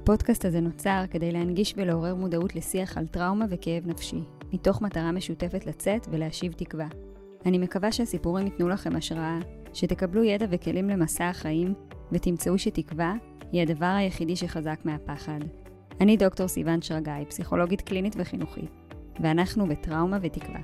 הפודקאסט הזה נוצר כדי להנגיש ולעורר מודעות לשיח על טראומה וכאב נפשי, מתוך מטרה משותפת לצאת ולהשיב תקווה. אני מקווה שהסיפורים ייתנו לכם השראה, שתקבלו ידע וכלים למסע החיים, ותמצאו שתקווה היא הדבר היחידי שחזק מהפחד. אני דוקטור סיוון שרגאי, פסיכולוגית קלינית וחינוכית, ואנחנו בטראומה ותקווה.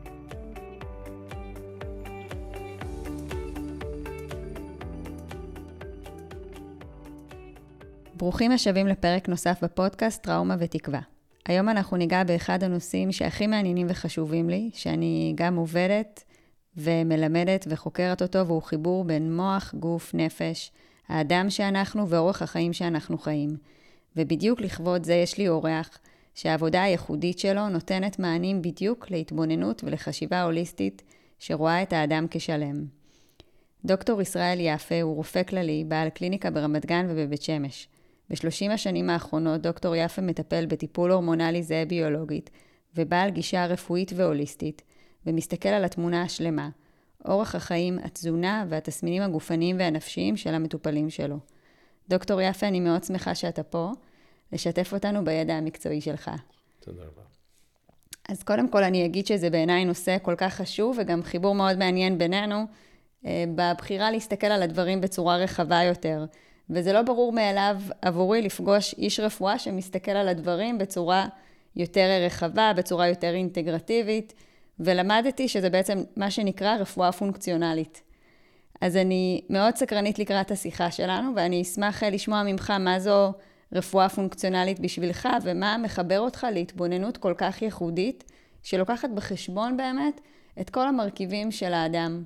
ברוכים השבים לפרק נוסף בפודקאסט טראומה ותקווה. היום אנחנו ניגע באחד הנושאים שהכי מעניינים וחשובים לי, שאני גם עובדת ומלמדת וחוקרת אותו, והוא חיבור בין מוח, גוף, נפש, האדם שאנחנו ואורח החיים שאנחנו חיים. ובדיוק לכבוד זה יש לי אורח שהעבודה הייחודית שלו נותנת מענים בדיוק להתבוננות ולחשיבה הוליסטית שרואה את האדם כשלם. דוקטור ישראל יפה הוא רופא כללי, בעל קליניקה ברמת גן ובבית שמש. ב-30 השנים האחרונות דוקטור יפה מטפל בטיפול הורמונלי זהה ביולוגית ובעל גישה רפואית והוליסטית, ומסתכל על התמונה השלמה, אורח החיים, התזונה והתסמינים הגופניים והנפשיים של המטופלים שלו. דוקטור יפה, אני מאוד שמחה שאתה פה, לשתף אותנו בידע המקצועי שלך. תודה רבה. אז קודם כל אני אגיד שזה בעיניי נושא כל כך חשוב, וגם חיבור מאוד מעניין בינינו, בבחירה להסתכל על הדברים בצורה רחבה יותר. וזה לא ברור מאליו עבורי לפגוש איש רפואה שמסתכל על הדברים בצורה יותר רחבה, בצורה יותר אינטגרטיבית, ולמדתי שזה בעצם מה שנקרא רפואה פונקציונלית. אז אני מאוד סקרנית לקראת השיחה שלנו, ואני אשמח לשמוע ממך מה זו רפואה פונקציונלית בשבילך, ומה מחבר אותך להתבוננות כל כך ייחודית, שלוקחת בחשבון באמת את כל המרכיבים של האדם.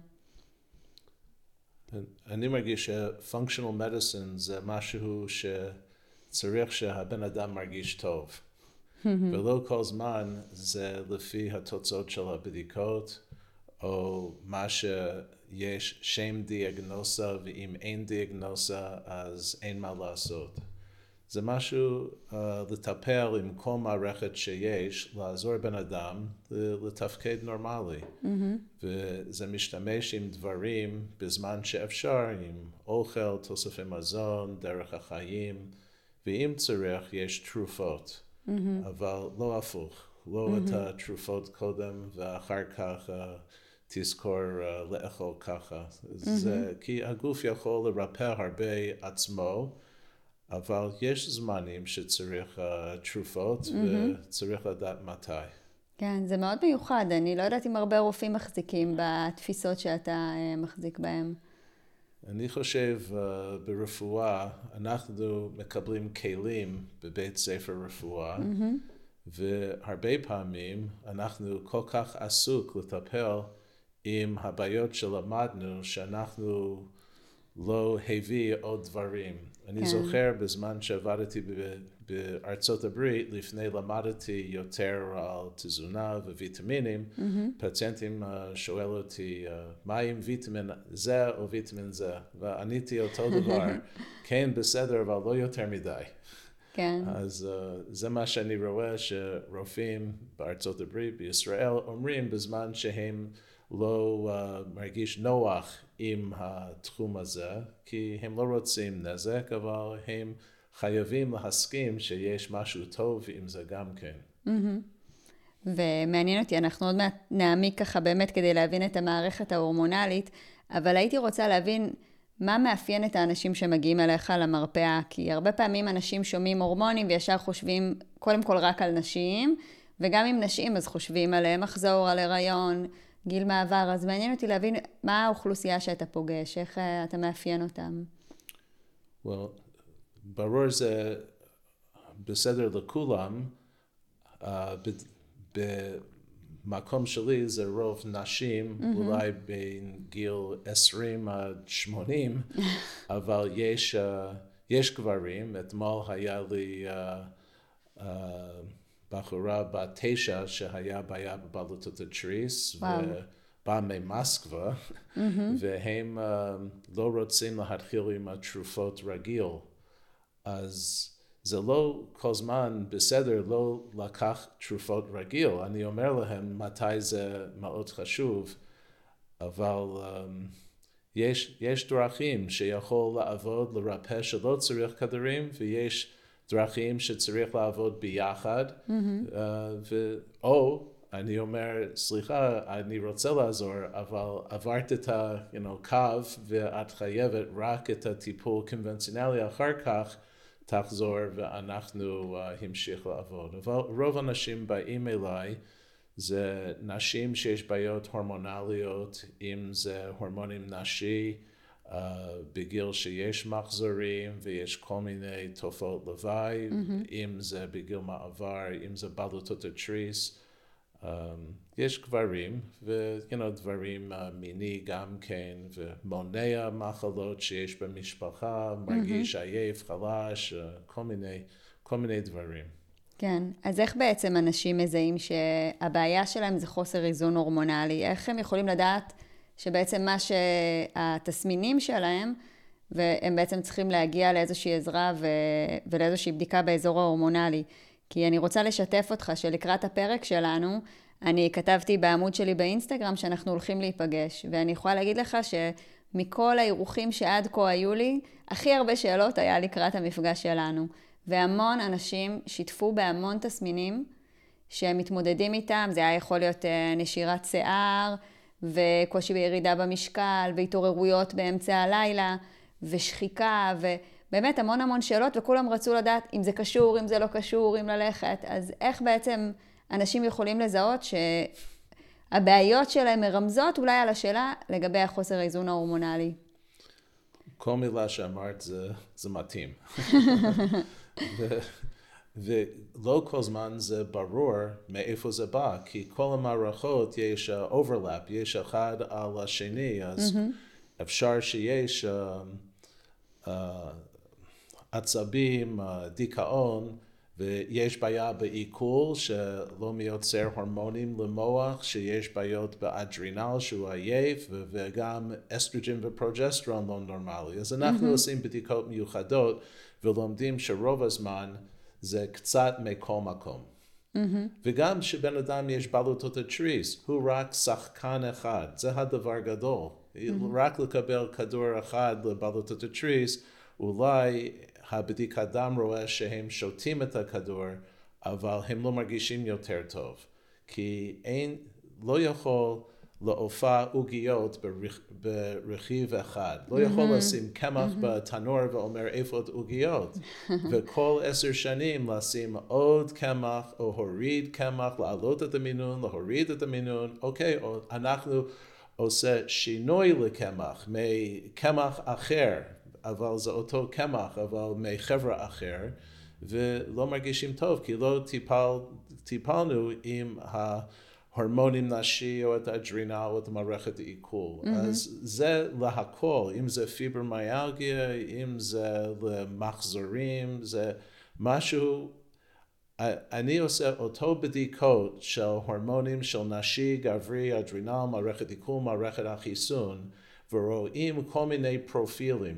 אני מרגיש ש-functional medicine זה משהו שצריך שהבן אדם מרגיש טוב. ולא כל זמן זה לפי התוצאות של הבדיקות, או מה שיש שם דיאגנוסה, ואם אין דיאגנוסה אז אין מה לעשות. זה משהו לטפל עם כל מערכת שיש, לעזור בן אדם לתפקד נורמלי. וזה משתמש עם דברים בזמן שאפשר, עם אוכל, תוספי מזון, דרך החיים, ואם צריך יש תרופות, אבל לא הפוך, לא את התרופות קודם ואחר כך תזכור לאכול ככה. זה כי הגוף יכול לרפא הרבה עצמו, אבל יש זמנים שצריך תרופות וצריך לדעת מתי. כן, זה מאוד מיוחד. אני לא יודעת אם הרבה רופאים מחזיקים בתפיסות שאתה מחזיק בהם. אני חושב ברפואה, אנחנו מקבלים כלים בבית ספר רפואה, והרבה פעמים אנחנו כל כך עסוק לטפל עם הבעיות שלמדנו, שאנחנו לא הביא עוד דברים. אני זוכר בזמן שעבדתי בארצות הברית, לפני למדתי יותר על תזונה וויטמינים, פציינטים שואל אותי, מה עם ויטמין זה או ויטמין זה? ועניתי אותו דבר, כן בסדר, אבל לא יותר מדי. כן. אז זה מה שאני רואה שרופאים בארצות הברית, בישראל, אומרים בזמן שהם לא מרגיש נוח עם התחום הזה, כי הם לא רוצים נזק, אבל הם חייבים להסכים שיש משהו טוב עם זה גם כן. ומעניין אותי, אנחנו עוד מעט נעמיק ככה באמת כדי להבין את המערכת ההורמונלית, אבל הייתי רוצה להבין מה מאפיין את האנשים שמגיעים אליך למרפאה, כי הרבה פעמים אנשים שומעים הורמונים וישר חושבים קודם כל רק על נשים, וגם עם נשים אז חושבים עליהם מחזור, על הריון, גיל מעבר, אז מעניין אותי להבין מה האוכלוסייה שאתה פוגש, איך אתה מאפיין אותם. ברור זה בסדר לכולם, במקום שלי זה רוב נשים, אולי בין גיל 20 עד 80, אבל יש גברים. אתמול היה לי בחורה בת 9 שהיה בעיה בבלוטות התריס, ובאה ממוסקבה, והם לא רוצים להתחיל עם התרופות רגיל. אז זה לא כל זמן בסדר לא לקח תרופות רגיל. אני אומר להם מתי זה מאוד חשוב, אבל יש דרכים שיכול לעבוד לרפא שלא צריך כדורים, ויש דרכים שצריך לעבוד ביחד, או אני אומר, סליחה, אני רוצה לעזור, אבל עברת את הקו ואת חייבת רק את הטיפול קונבנציונלי, אחר כך תחזור ואנחנו המשיך לעבוד. אבל רוב האנשים באים אליי, זה נשים שיש בעיות הורמונליות, אם זה הורמונים נשי, בגיל שיש מחזורים ויש כל מיני תופעות לוואי, אם זה בגיל מעבר, אם זה בלוטות התריס, יש גברים, דברים מיני גם כן, ומונע מחלות שיש במשפחה, מרגיש עייף, חלש, כל מיני דברים. כן, אז איך בעצם אנשים מזהים שהבעיה שלהם זה חוסר איזון הורמונלי? איך הם יכולים לדעת שבעצם מה שהתסמינים שלהם, והם בעצם צריכים להגיע לאיזושהי עזרה ולאיזושהי בדיקה באזור ההורמונלי? כי אני רוצה לשתף אותך שלקראת הפרק שלנו, אני כתבתי בעמוד שלי באינסטגרם שאנחנו הולכים להיפגש, ואני יכולה להגיד לך שמכל האירוחים שעד כה היו לי, הכי הרבה שאלות היה לקראת המפגש שלנו. והמון אנשים שיתפו בהמון תסמינים שהם מתמודדים איתם, זה היה יכול להיות נשירת שיער, וקושי בירידה במשקל, והתעוררויות באמצע הלילה, ושחיקה, ובאמת המון שאלות, וכולם רצו לדעת אם זה קשור, אם זה לא קשור, אם ללכת. אז איך בעצם אנשים יכולים לזהות שהבעיות שלהם מרמזות אולי על השאלה לגבי החוסר האיזון ההורמונלי? כל מילה שאמרת זה מתאים. ולא כל זמן זה ברור מאיפה זה בא, כי כל המערכות יש overlap, יש אחד על השני, אז אפשר שיש עצבים, דיכאון, ויש בעיה בעיכול שלא מיוצר הורמונים למוח, שיש בעיות באדרנל שהוא עייף, וגם אסטרוג'ן ופרוג'סטרון לא נורמלי. אז אנחנו עושים בדיקות מיוחדות, ולומדים שרוב הזמן זה קצת מכל מקום. וגם שבן אדם יש בלוטות התריס, הוא רק שחקן אחד, זה הדבר גדול. רק לקבל כדור אחד לבלוטות התריס, אולי הבדיקת דם רואה שהם שותים את הכדור, אבל הם לא מרגישים יותר טוב. כי לא יכול להופע עוגיות ברכיב אחד. לא יכול לשים קמח בתנור ואומר איפה את עוגיות. וכל 10 שנים לשים עוד קמח או הוריד קמח, להעלות את המינון, להוריד את המינון. אוקיי, אנחנו עושה שינוי לקמח, מקמח אחר, אבל זה אותו קמח, אבל מחברה אחר, ולא מרגישים טוב, כי לא טיפלנו עם ההורמונים נשי, או את האדרנל, או את מערכת העיכול. אז זה להכל, אם זה פיברומיאלגיה, אם זה למחזורים, זה משהו, אני עושה אותו בדיקות של הורמונים של נשי, גברי, אדרנל, מערכת עיכול, מערכת החיסון, ורואים כל מיני פרופילים.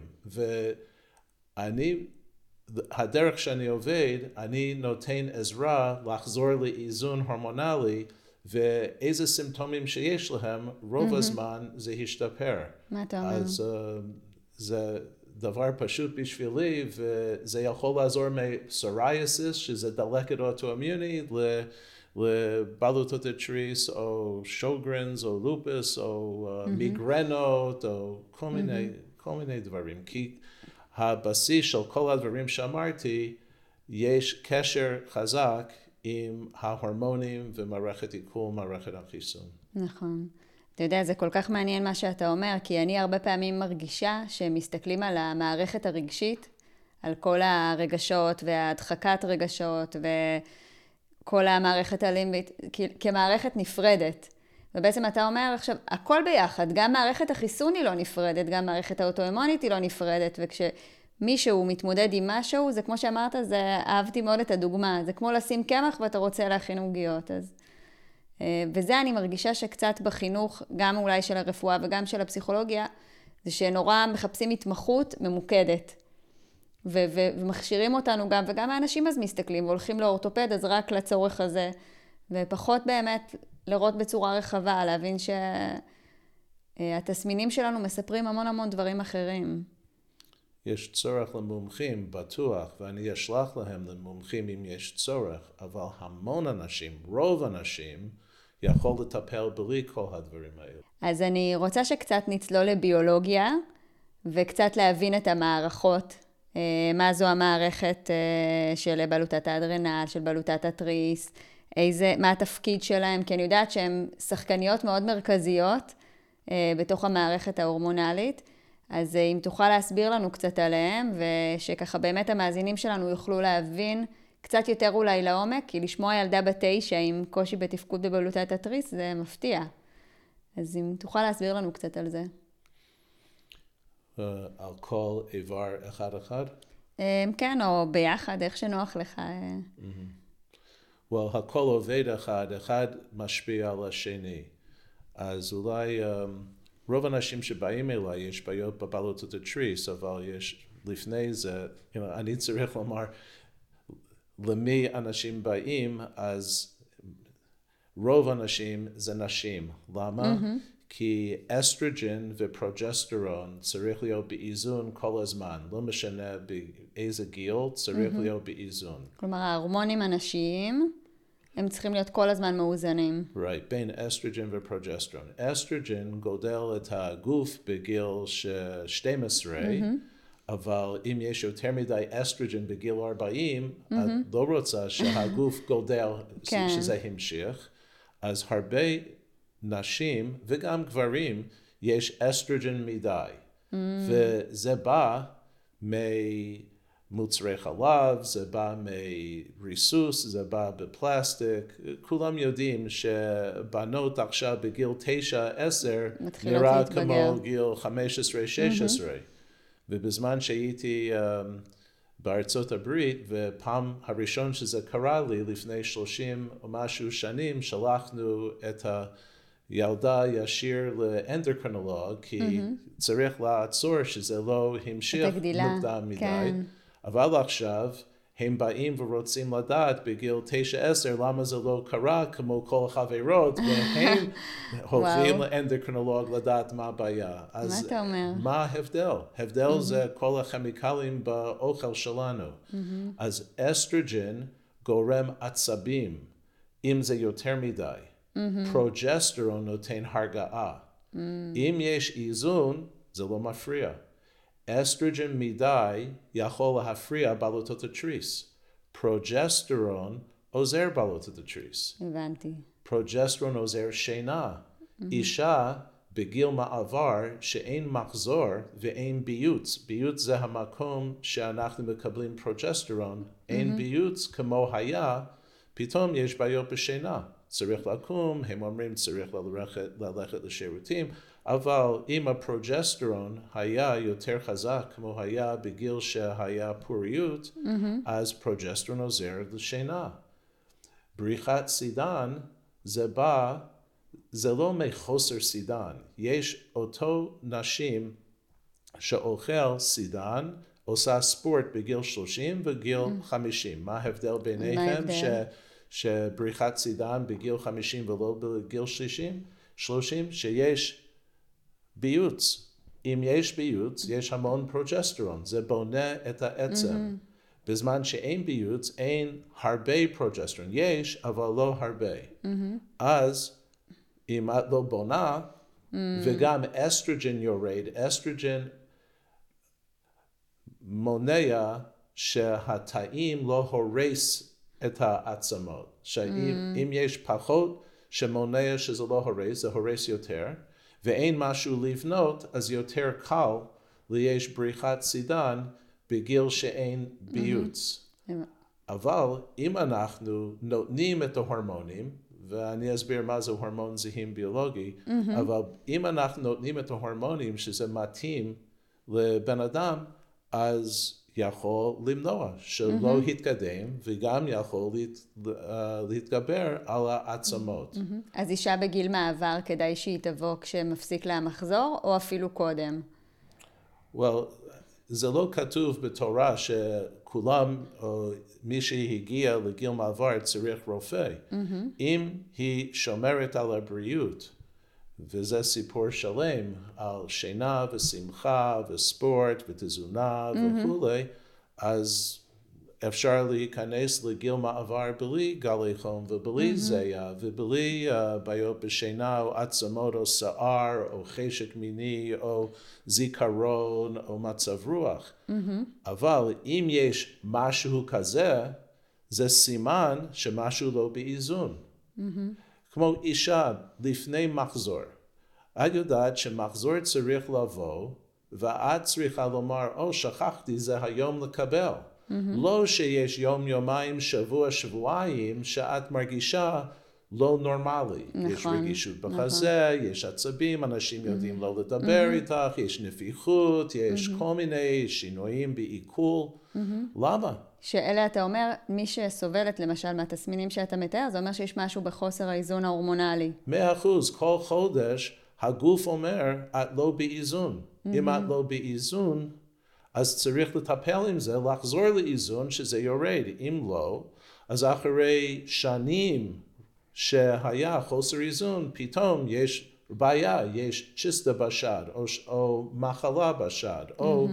הדרך שאני עובד, אני נותן עזרה לחזור לאיזון הורמונלי, ואיזה סימפטומים שיש להם, רוב הזמן זה השתפר. מה אתה אומר? אז זה דבר פשוט בשבילי, וזה יכול לעזור מסוריאסיס, שזה דלקת אוטואימיונית, לבלוטות התריס, או שוגרנס, או לופוס, או מיגרנות, או כל מיני דברים. כי הבסיס של כל הדברים שאמרתי, יש קשר חזק עם ההורמונים ומערכת עיכול, מערכת החיסון. נכון. אתה יודע, זה כל כך מעניין מה שאתה אומר, כי אני הרבה פעמים מרגישה שמסתכלים על המערכת הרגשית, על כל הרגשות וההדחקת רגשות וכל המערכת הלימבית, כמערכת נפרדת. ובעצם אתה אומר עכשיו, הכל ביחד, גם מערכת החיסון היא לא נפרדת, גם מערכת האוטואימונית היא לא נפרדת, וכשמישהו מתמודד עם משהו, זה כמו שאמרת, אהבתי מאוד את הדוגמה, זה כמו לשים קמח ואתה רוצה להכין עוגיות, אז... וזה אני מרגישה שקצת בחינוך, גם אולי של הרפואה וגם של הפסיכולוגיה, זה שנורא מחפשים התמחות ממוקדת. ומכשירים אותנו גם, וגם האנשים אז מסתכלים והולכים לאורתופד, אז רק לצורך הזה, ופחות באמת לראות בצורה רחבה, להבין שהתסמינים שלנו מספרים המון דברים אחרים. יש צורך למומחים, בטוח, ואני אשלח להם למומחים אם יש צורך, אבל המון אנשים, רוב אנשים, יכול לטפל בלי כל הדברים האלה. אז אני רוצה שקצת נצלול לביולוגיה, וקצת להבין את המערכות, מה זו המערכת של בלוטת האדרנל, של בלוטת התריס, מה התפקיד שלהם, כי אני יודעת שהן שחקניות מאוד מרכזיות בתוך המערכת ההורמונלית, אז אם תוכל להסביר לנו קצת עליהם, ושככה באמת המאזינים שלנו יוכלו להבין קצת יותר אולי לעומק, כי לשמוע ילדה בת 9 עם קושי בתפקוד בבלוטת התריס זה מפתיע. אז אם תוכל להסביר לנו קצת על זה. על כל איבר אחד? כן, או ביחד, איך שנוח לך. well, הכל עובד אחד משפיע על השני. אז אולי רוב האנשים שבאים אליי יש בעיות בבלוטת התריס, אבל יש לפני זה, אני צריך לומר למי אנשים באים, אז רוב האנשים זה נשים. למה? כי אסטרוגן ופרוג'סטרון צריך להיות באיזון כל הזמן. לא משנה באיזה גיל, צריך להיות באיזון. כלומר, ההורמונים הנשיים, הם צריכים להיות כל הזמן מאוזנים. Right, בין אסטרוגן ופרוג'סטרון. אסטרוגן גודל את הגוף בגיל 12, אבל אם יש יותר מדי אסטרוגן בגיל 40, את לא רוצה שהגוף גודל, שזה המשיך. אז הרבה נשים וגם גברים יש אסטרוגן מדי, וזה בא ממוצרי חלב, זה בא מריסוס, זה בא בפלסטיק. כולם יודעים שבנות עכשיו בגיל 9-10 נראה כמו גיל 15-16, ובזמן שהייתי בארצות הברית, ופעם הראשון שזה קרה לי, לפני 30 או משהו שנים, שלחנו את הילדה ישיר לאנדוקרינולוג, כי צריך לעצור שזה לא המשיך מוקדם מדי. כן. אבל עכשיו הם באים ורוצים לדעת בגיל 9-10 למה זה לא קרה כמו כל החברות, והם הולכים לאנדוקרינולוג לדעת מה הבעיה. מה אתה אומר? מה ההבדל? ההבדל זה כל הכימיקלים באוכל שלנו. אז אסטרוגן גורם עצבים, אם זה יותר מדי. פרוג'סטרון נותן הרגעה. אם יש איזון, זה לא מפריע. אסטרוגן מדי יכול להפריע בלוטת התריס. פרוג'סטרון עוזר בלוטת התריס. הבנתי. פרוג'סטרון עוזר שינה. אישה בגיל מעבר שאין מחזור ואין ביוץ. ביוץ זה המקום שאנחנו מקבלים פרוג'סטרון. אין ביוץ כמו היה, פתאום יש בעיות בשינה. צריך לקום, הם אומרים צריך ללכת לשירותים, אבל אם הפרוג'סטרון היה יותר חזק כמו היה בגיל שהיה פוריות, אז פרוג'סטרון עוזר לשינה. בריחת סידן זה לא מחוסר סידן. יש אותו נשים שאוכל סידן, עושה ספורט בגיל 30 וגיל 50. מה ההבדל ביניהם? שבריחת סידן בגיל 50 ולא בגיל 30, שיש ביוץ. אם יש ביוץ, יש המון פרוג'סטרון. זה בונה את העצם. בזמן שאין ביוץ, אין הרבה פרוג'סטרון. יש, אבל לא הרבה. אז אם את לא בונה, וגם אסטרוגן יורד, אסטרוגן מונע שהתאים לא הורס את העצמות. שאם יש פחות שמונע שזה לא הורס, זה הורס יותר, ואין משהו לבנות, אז יותר קל ליש בריחת סידן בגיל שאין ביוץ. אבל אם אנחנו נותנים את ההורמונים, ואני אסביר מה זה הורמון זהים ביולוגי, אבל אם אנחנו נותנים את ההורמונים שזה מתאים לבן אדם, אז יכול למנוע שלא יתקדם, וגם יכול להתגבר על העצמות. אז אישה בגיל מעבר כדאי שהיא תבוא כשמפסיק לה המחזור, או אפילו קודם? זה לא כתוב בתורה שכולם, או מי שהגיע לגיל מעבר צריך רופא. אם היא שומרת על הבריאות, וזה סיפור שלם על שינה ושמחה וספורט ותזונה וכולי, אז אפשר להיכנס לגיל מעבר בלי גלי חום ובלי זיה ובלי בעיות בשינה או עצמות או שיער או חשק מיני או זיכרון או מצב רוח. אבל אם יש משהו כזה, זה סימן שמשהו לא באיזון. כמו אישה לפני מחזור. את יודעת שמחזור צריך לבוא, ואת צריכה לומר, שכחתי, זה היום לקבל. לא שיש יום, יומיים, שבוע, שבועיים, שאת מרגישה לא נורמלי. יש רגישות בחזה, יש עצבים, אנשים יודעים לא לדבר איתך, יש נפיחות, יש כל מיני שינויים בעיכול. למה? שאלה אתה אומר, מי שסובלת למשל מהתסמינים שאתה מתאר, זה אומר שיש משהו בחוסר האיזון ההורמונלי. 100%, כל חודש הגוף אומר, את לא באיזון. אם את לא באיזון, אז צריך לטפל עם זה, לחזור לאיזון שזה יורד. אם לא, אז אחרי שנים שהיה חוסר איזון, פתאום יש בעיה, יש צ'יסטה בשד, או מחלה בשד, או...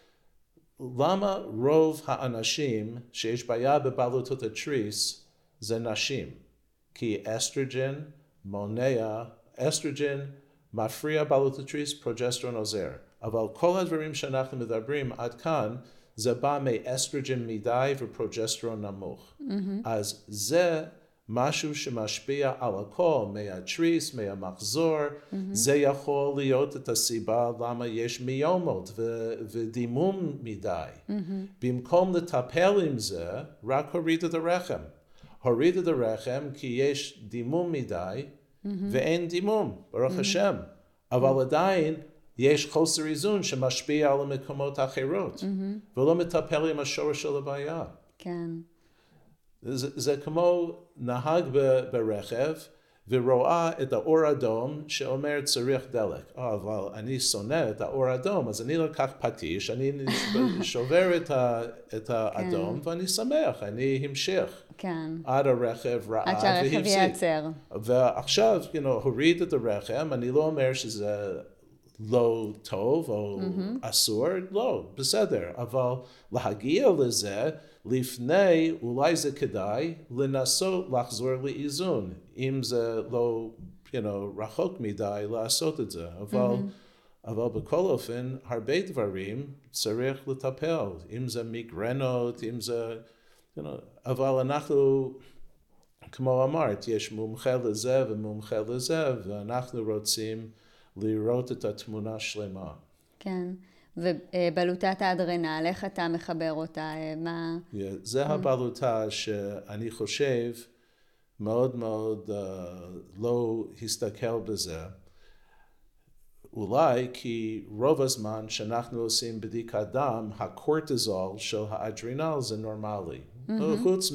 למה רוב האנשים שיש בעיה בבלוטות התריס זה נשים? כי אסטרוגן מונע, אסטרוגן מפריע בלוטות התריס, פרוג'סטרון עוזר. אבל כל הדברים שאנחנו מדברים עד כאן, זה בא מאסטרוגן מדי ופרוג'סטרון נמוך. אז זה משהו שמשפיע על הכל, מהתריס, מהמחזור, זה יכול להיות את הסיבה למה יש מיומות ודימום מדי. במקום לטפל עם זה, רק הוריד את הרחם. הוריד את הרחם כי יש דימום מדי ואין דימום, ברוך השם. אבל עדיין יש חוסר איזון שמשפיע על המקומות האחרות, ולא מטפל עם השורש של הבעיה. כן. זה כמו נהג ברכב ורואה את האור אדום שאומר צריך דלק. אבל אני שונא את האור אדום, אז אני לוקח פטיש, אני שובר את האדום ואני שמח, אני המשך. כן. עד הרכב רעד והפסיק. עד שהרכב ייעצר. ועכשיו, הוריד את הרחם, אני לא אומר שזה לא טוב או אסור, לא, בסדר, אבל להגיע לזה, לפני, אולי זה כדאי לנסות לחזור לאיזון, אם זה לא, רחוק מדי לעשות את זה, אבל בכל אופן, הרבה דברים צריך לטפל, אם זה מיגרנות, אם זה, אבל אנחנו, כמו אמרת, יש מומחה לזה ומומחה לזה, ואנחנו רוצים לראות את התמונה שלמה. כן. ובלוטת האדרנל, איך אתה מחבר אותה? מה? זה הבלוטה שאני חושב מאוד מאוד לא הסתכל בזה. אולי כי רוב הזמן שאנחנו עושים בדיקת דם, הקורטיזול של האדרנל זה נורמלי. חוץ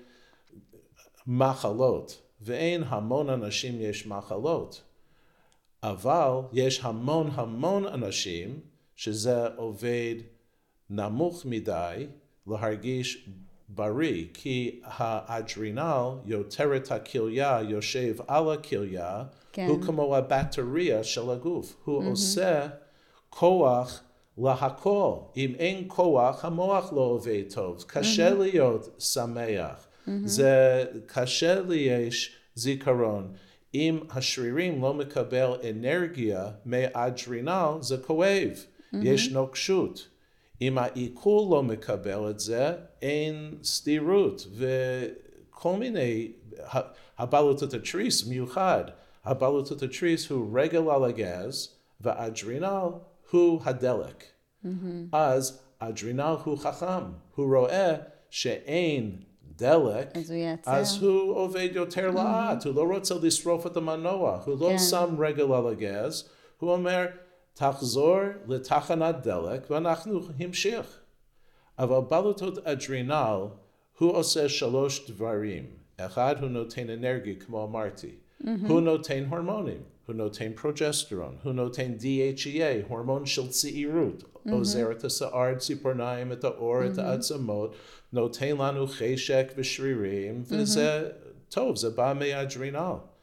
ממחלות, ואין המון אנשים יש מחלות. אבל יש המון אנשים שזה עובד נמוך מדי להרגיש בריא, כי האדרנל יותר את הכליה, יושב על הכליה, כן. הוא כמו הבטריה של הגוף, הוא עושה כוח להכל. אם אין כוח, המוח לא עובד טוב, קשה להיות שמח, זה קשה יש זיכרון. אם השרירים לא מקבל אנרגיה מהאדרנל, זה כואב, יש נוקשות. אם העיכול לא מקבל את זה, אין סתירות, וכל מיני, הבלוטות התריס מיוחד, הבלוטות התריס הוא רגל על הגז, והאדרנל הוא הדלק. אז האדרנל הוא חכם, הוא רואה שאין דלק, אז הוא עובד יותר לאט, הוא לא רוצה לשרוף את המנוע, הוא לא שם רגל על הגז, הוא אומר, תחזור לתחנת דלק ואנחנו המשיך. אבל בלוטות אדרנל, הוא עושה 3 דברים. אחד, הוא נותן אנרגיה, כמו אמרתי. הוא נותן הורמונים, הוא נותן פרוג'סטרון, הוא נותן DHEA, הורמון של צעירות, עוזר את השיער, ציפורניים, את האור, את העצמות, נותן לנו חשק ושרירים, וזה טוב, זה בא מהאדרנל.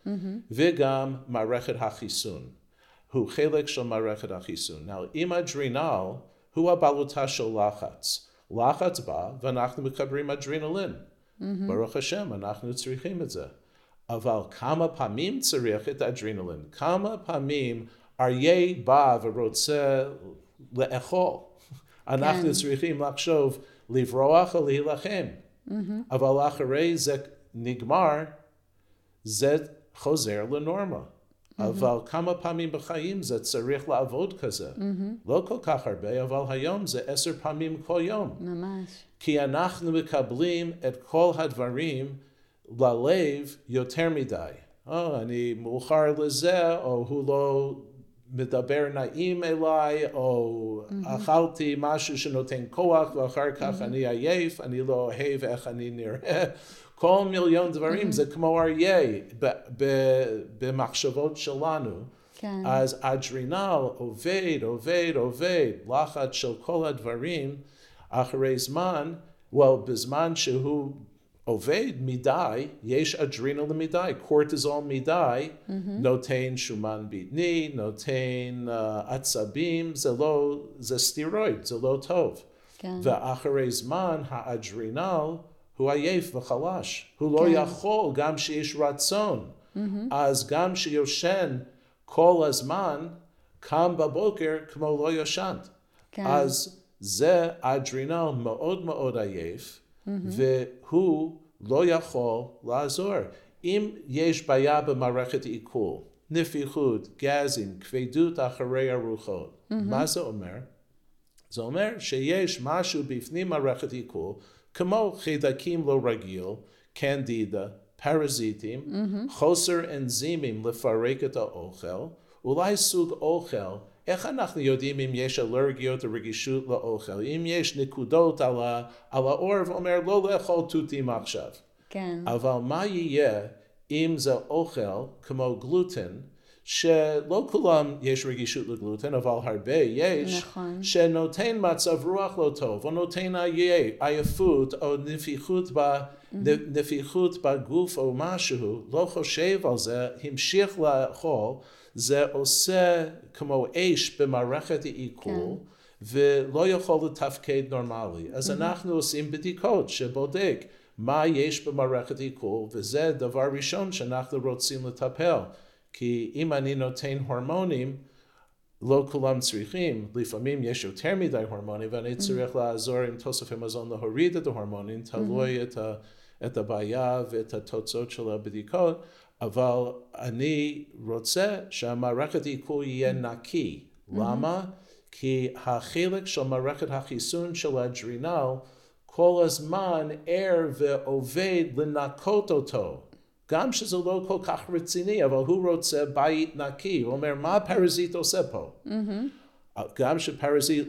וגם מערכת החיסון. הוא חלק של מערכת החיסון. אם אדרינל הוא הבעלותה של לחץ. לחץ בא ואנחנו מקבלים אדרנלין. ברוך השם, אנחנו צריכים את זה. אבל כמה פעמים צריך את האדרנלין? כמה פעמים אריה בא ורוצה לאכול? אנחנו צריכים לחשוב, לברוח או להילחם. אבל אחרי זה נגמר, זה חוזר לנורמה. אבל כמה פעמים בחיים זה צריך לעבוד כזה. לא כל כך הרבה, אבל היום זה 10 פעמים כל יום. ממש. כי אנחנו מקבלים את כל הדברים ללב יותר מדי. אני מאוחר לזה, או הוא לא מדבר נעים אליי, או אכלתי משהו שנותן כוח, ואחר כך אני עייף, אני לא אוהב איך אני נראה. כל מיליון דברים, זה כמו אריה במחשבות שלנו. כן. אז אדרנל עובד, לחץ של כל הדברים, אחרי זמן, בזמן שהוא עובד מדי, יש אדרנל מדי, קורטיזול מדי, נותן שומן בטני, נותן עצבים, זה סטרואיד, זה לא טוב. כן. ואחרי זמן האדרנל הוא עייף וחלש, הוא לא יכול גם שיש רצון, אז גם שיושן כל הזמן, קם בבוקר כמו לא ישנת. כן. אז זה אדרנל מאוד מאוד עייף, והוא לא יכול לעזור. אם יש בעיה במערכת עיכול, נפיחות, גזים, כבדות אחרי ארוחות, מה זה אומר? זה אומר שיש משהו בפנים מערכת עיכול, כמו חיידקים לא רגיל, קנדידה, פרזיטים, חוסר אנזימים לפרק את האוכל, אולי סוג אוכל, איך אנחנו יודעים אם יש אלרגיות או רגישות לאוכל? אם יש נקודות על האור ואומר לא לאכול תותים עכשיו. כן. אבל מה יהיה אם זה אוכל כמו גלוטן, שלא כולם יש רגישות לגלוטן, אבל הרבה יש, נכון. שנותן מצב רוח לא טוב, או נותן עייפות, או נפיחות בגוף או משהו, לא חושב על זה, המשיך לאכול, זה עושה כמו אש במערכת העיכול, ולא יכול לתפקד נורמלי. אז אנחנו עושים בדיקות שבודק מה יש במערכת העיכול, וזה דבר ראשון שאנחנו רוצים לטפל. כי אם אני נותן הורמונים, לא כולם צריכים, לפעמים יש יותר מדי הורמונים, ואני צריך לעזור עם תוספי מזון להוריד את ההורמונים, תלוי את הבעיה ואת התוצאות של הבדיקות, אבל אני רוצה שהמערכת העיכול יהיה נקי. למה? כי החלק של מערכת החיסון של האדרנל כל הזמן ער ועובד לנקות אותו. גם שזה לא כל כך רציני, אבל הוא רוצה בית נקי. הוא אומר, מה הפרזיט עושה פה? גם שפרזיט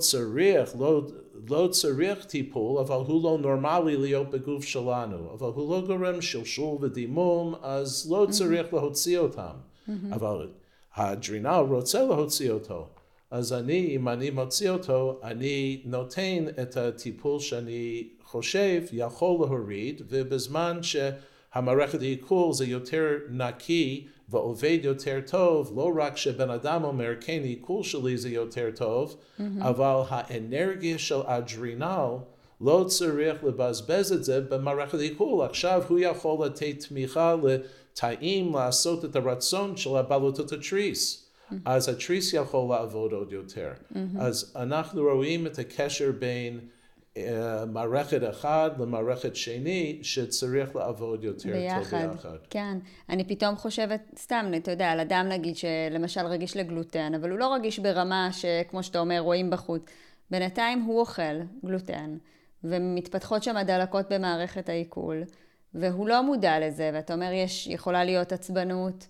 לא צריך טיפול, אבל הוא לא נורמלי להיות בגוף שלנו. אבל הוא לא גורם שלשול ודימום, אז לא צריך להוציא אותם. אבל האדרנל רוצה להוציא אותו. אז אם אני מוציא אותו, אני נותן את הטיפול שאני חושב יכול להוריד, ובזמן המערכת העיכול זה יותר נקי ועובד יותר טוב, לא רק שבן אדם אומר, כן, העיכול שלי זה יותר טוב, אבל האנרגיה של אדרנל לא צריך לבזבז את זה במערכת העיכול. עכשיו הוא יכול לתת תמיכה לתאים לעשות את הרצון של הבעלויות התריס. אז התריס יכול לעבוד עוד יותר. אז אנחנו רואים את הקשר בין מערכת אחד למערכת שני, שצריך לעבוד יותר טוב ביחד. כן, אני פתאום חושבת, סתם, אתה יודע, על אדם נגיד שלמשל רגיש לגלוטן, אבל הוא לא רגיש ברמה שכמו שאתה אומר, רואים בחוץ. בינתיים הוא אוכל גלוטן, ומתפתחות שם הדלקות במערכת העיכול, והוא לא מודע לזה, ואתה אומר, יכולה להיות עצבנות,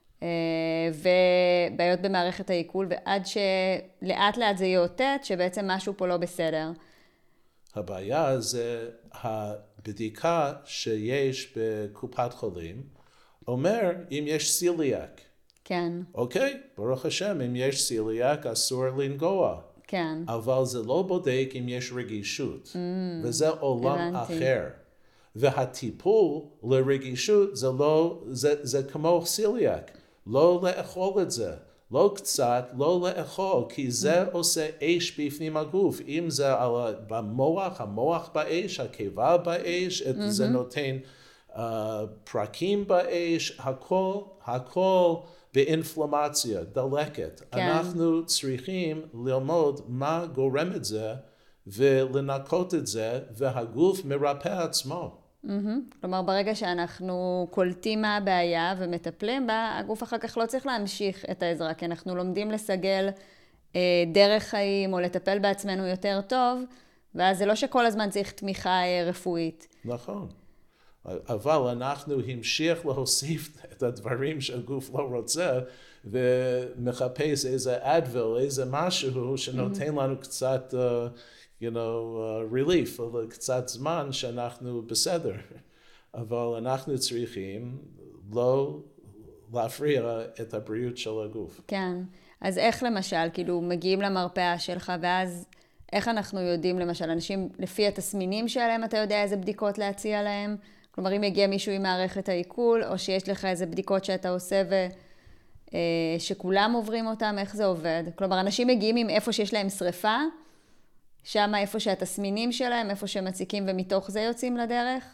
ובעיות במערכת העיכול, ועד שלאט לאט זה יאותת, שבעצם משהו פה לא בסדר. הבעיה זה הבדיקה שיש בקופת חולים, אומר אם יש סיליאק. כן. אוקיי? ברוך השם, אם יש סיליאק אסור לנגוע. כן. אבל זה לא בודק אם יש רגישות. וזה עולם אחר. והטיפול לרגישות זה כמו סיליאק, לא לאכול את זה, לא קצת, לא לאכול, כי זה עושה אש בפנים הגוף. אם זה במוח, המוח באש, הקיבה באש, זה נותן פרקים באש, הכל באינפלמציה, דלקת. כן. אנחנו צריכים ללמוד מה גורם את זה, ולנקות את זה, והגוף מרפא עצמו. כלומר, ברגע שאנחנו קולטים מה הבעיה ומטפלים בה, הגוף אחר כך לא צריך להמשיך את העזרה, כי אנחנו לומדים לסגל דרך חיים או לטפל בעצמנו יותר טוב, ואז זה לא שכל הזמן צריך תמיכה רפואית. נכון. אבל אנחנו המשיך להוסיף את הדברים שהגוף לא רוצה, ומחפש איזה אדוויל, איזה משהו שנותן לנו קצת, relief, או קצת זמן שאנחנו בסדר. אבל אנחנו צריכים לא להפריע את הבריאות של הגוף. כן. אז איך למשל, כאילו מגיעים למרפאה שלך, ואז איך אנחנו יודעים למשל, אנשים לפי התסמינים שלהם, אתה יודע איזה בדיקות להציע להם? כלומר, אם יגיע מישהו עם מערכת העיכול, או שיש לך איזה בדיקות שאתה עושה שכולם עוברים אותם, איך זה עובד? כלומר, אנשים מגיעים עם איפה שיש להם שריפה, שם איפה שהתסמינים שלהם, איפה שהם מציקים, ומתוך זה יוצאים לדרך?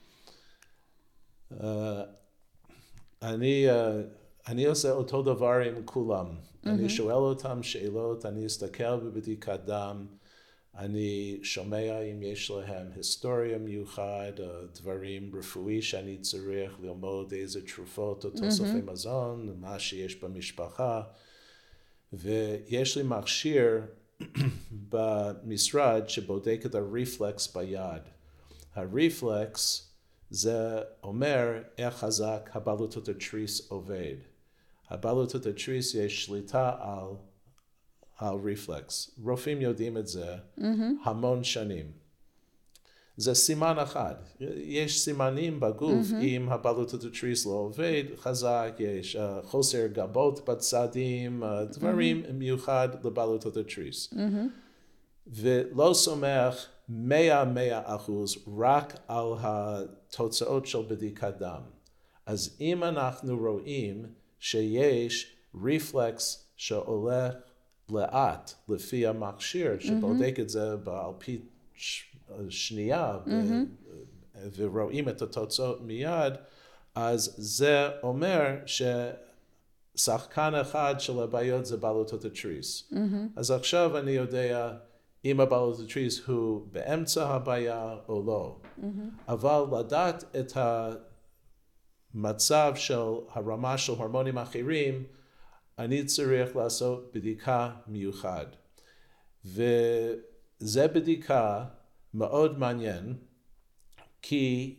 אני עושה אותו דבר עם כולם. אני שואל אותם שאלות, אני אסתכל בבדיקת דם, אני שומע אם יש להם היסטוריה מיוחד, דברים רפואי שאני צריך ללמוד איזה תרופות או תוספי מזון, מה שיש במשפחה. ויש לי מכשיר במשרד שבודק את הריפלקס ביד. הריפלקס זה אומר איך חזק הבלוטות התריס עובד. הבלוטות התריס יש שליטה על ריפלקס. רופאים יודעים את זה המון שנים. זה סימן אחד. יש סימנים בגוף אם הבלוטות התריס לא עובד חזק, יש חוסר גבות בצדים, דברים מיוחד לבלוטות התריס. ולא סומך 100% רק על התוצאות של בדיקת דם. אז אם אנחנו רואים שיש ריפלקס שהולך לאט לפי המכשיר שבודק את זה על פי שנייה ורואים את התוצאות מיד, אז זה אומר ששחקן אחד של הבעיות זה בלוטות התריס. אז עכשיו אני יודע אם הבלוטות התריס הוא באמצע הבעיה או לא. אבל לדעת את המצב של הרמה של הורמונים אחרים, אני צריך לעשות בדיקה מיוחד. וזה בדיקה מאוד מעניין, כי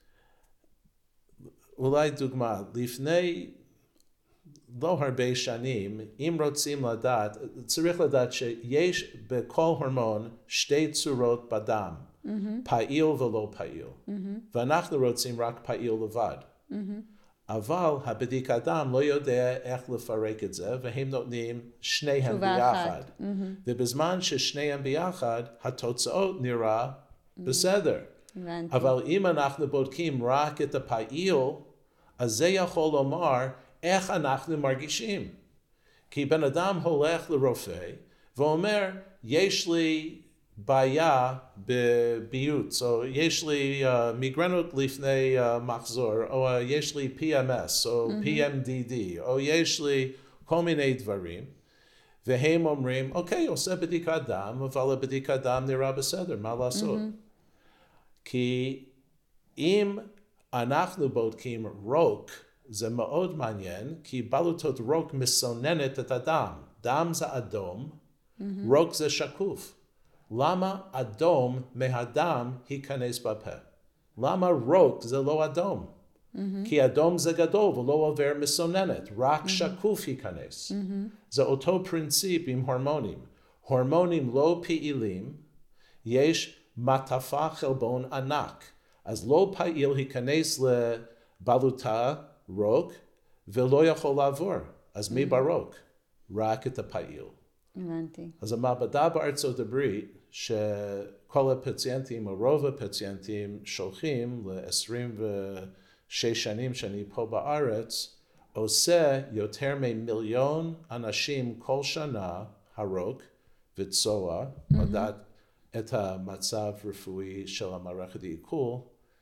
אולי דוגמה, לפני לא הרבה שנים, אם רוצים לדעת, צריך לדעת שיש בכל הורמון שתי צורות בדם, פעיל ולא פעיל. ואנחנו רוצים רק פעיל לבד. אבל הבדיקת דם לא יודע איך לפרק את זה, והם נותנים שניהם ביחד. ובזמן ששניהם ביחד, התוצאות נראה בסדר. אבל אם אנחנו בודקים רק את הפעיל, אז זה יכול לומר איך אנחנו מרגישים. כי בן אדם הולך לרופא ואומר, יש לי בעיה בביוץ, או יש לי מיגרנות לפני מחזור, או יש לי PMS, או PMDD, או יש לי כל מיני דברים, והם אומרים, אוקיי, עושה בדיקת דם, אבל הבדיקת דם נראה בסדר, מה לעשות? כי אם אנחנו בודקים רוק, זה מאוד מעניין, כי בלוטות רוק מסוננת את הדם. דם זה אדום, רוק זה שקוף. למה אדום מהדם ייכנס בפה? למה רוק זה לא אדום? כי אדום זה גדול ולא עובר מסוננת, רק שקוף ייכנס. זה אותו פרינציפ עם הורמונים. הורמונים לא פעילים, יש מטפה חלבון ענק. אז לא פעיל ייכנס לבלוטה רוק ולא יכול לעבור. אז מי ברוק? רק את הפעיל. הבנתי. אז המעבדה בארצות הברית, שכל הפציינטים או רוב הפציינטים שולחים ל-26 שנים שאני פה בארץ, עושה יותר ממיליון אנשים כל שנה הרוק וצוע, לדעת את המצב רפואי של המערכת העיכול,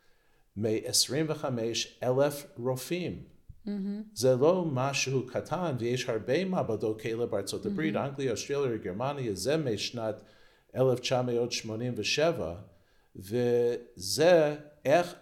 מ-25,000 רופאים. זה לא משהו קטן, ויש הרבה מעבדות כאלה בארצות הברית, אנגליה, אוסטרליה, גרמניה, זה משנת 1987, וזה איך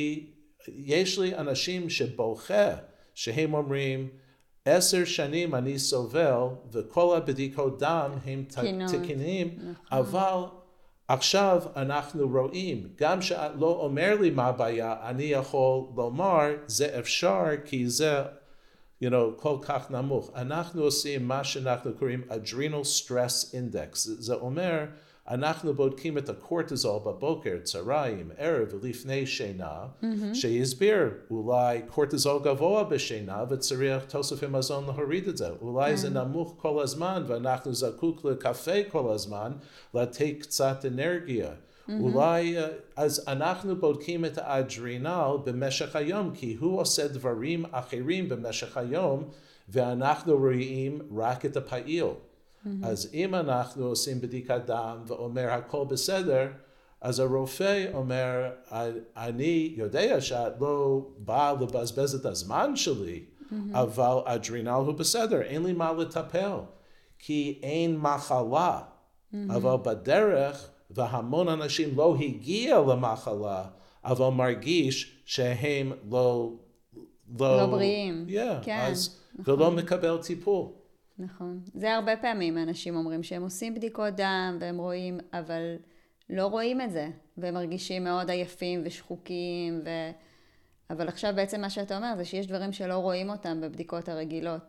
יש לי אנשים שבוכה, שהם אומרים, 10 שנים אני סובל, וכל הבדיקות דם הם תקינים, אבל עכשיו אנחנו רואים, גם שאת לא אומר לי מה הבעיה, אני יכול לומר, זה אפשר, כי זה, כל כך נמוך. אנחנו עושים מה שאנחנו קוראים Adrenal Stress Index. זה אומר, אנחנו בודקים את הקורטיזול בבוקר, צהריים, ערב ולפני שינה, שיסביר, אולי קורטיזול גבוה בשינה וצריך תוספי מזון להוריד את זה. אולי זה נמוך כל הזמן ואנחנו זקוק לקפה כל הזמן, לתת קצת אנרגיה. אולי, אז אנחנו בודקים את האדרנל במשך היום, כי הוא עושה דברים אחרים במשך היום, ואנחנו רואים רק את הפעיל. אז אם אנחנו עושים בדיקת דם ואומר הכל בסדר, אז הרופא אומר, אני יודע שאת לא באה לבזבז את הזמן שלי, אבל האדרנל הוא בסדר, אין לי מה לטפל, כי אין מחלה. אבל בדרך, והמון אנשים לא הגיע למחלה, אבל מרגיש שהם לא בריאים. כן, אז, נכון. ולא מקבל טיפול. נכון. זה הרבה פעמים אנשים אומרים שהם עושים בדיקות דם והם רואים, אבל לא רואים את זה, והם מרגישים מאוד עייפים ושחוקים, אבל עכשיו בעצם מה שאתה אומר זה שיש דברים שלא רואים אותם בבדיקות הרגילות.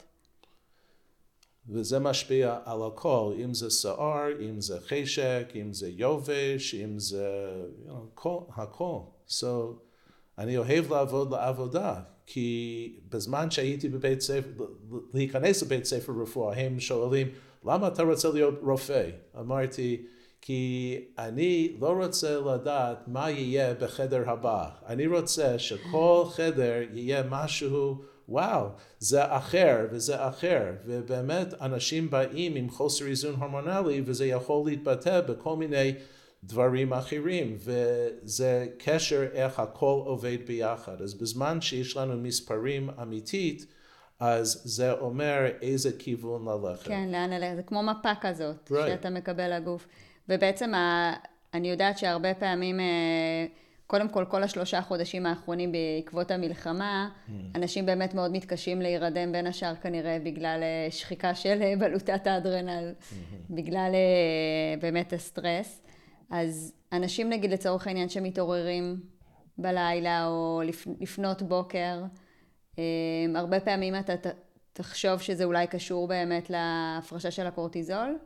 וזה משפיע על הכל, אם זה שיער, אם זה חשק, אם זה יובש, אם זה הכל. So, אני אוהב לעבוד לעבודה, כי בזמן שהייתי בבית ספר, להיכנס לבית ספר רפואה, הם שואלים, למה אתה רוצה להיות רופא? אמרתי, כי אני לא רוצה לדעת מה יהיה בחדר הבא. אני רוצה שכל חדר יהיה משהו, וואו, זה אחר וזה אחר. ובאמת אנשים באים עם חוסר איזון הורמונלי, וזה יכול להתבטא בכל מיני דברים אחרים, וזה קשר איך הכל עובד ביחד. אז בזמן שיש לנו מספרים אמיתית, אז זה אומר איזה כיוון ללכת. כן, לאן ללכת. זה כמו מפה כזאת, שאתה מקבל לגוף. ובעצם אני יודעת שהרבה פעמים, קודם כל 3 חודשים האחרונים בעקבות המלחמה, אנשים באמת מאוד מתקשים להירדם, בין השאר כנראה בגלל שחיקה של בלוטת האדרנל, בגלל באמת הסטרס. אז אנשים נגיד לצורך העניין שמתעוררים בלילה או לפנות בוקר, הרבה פעמים אתה תחשוב שזה אולי קשור באמת להפרשה של הקורטיזול?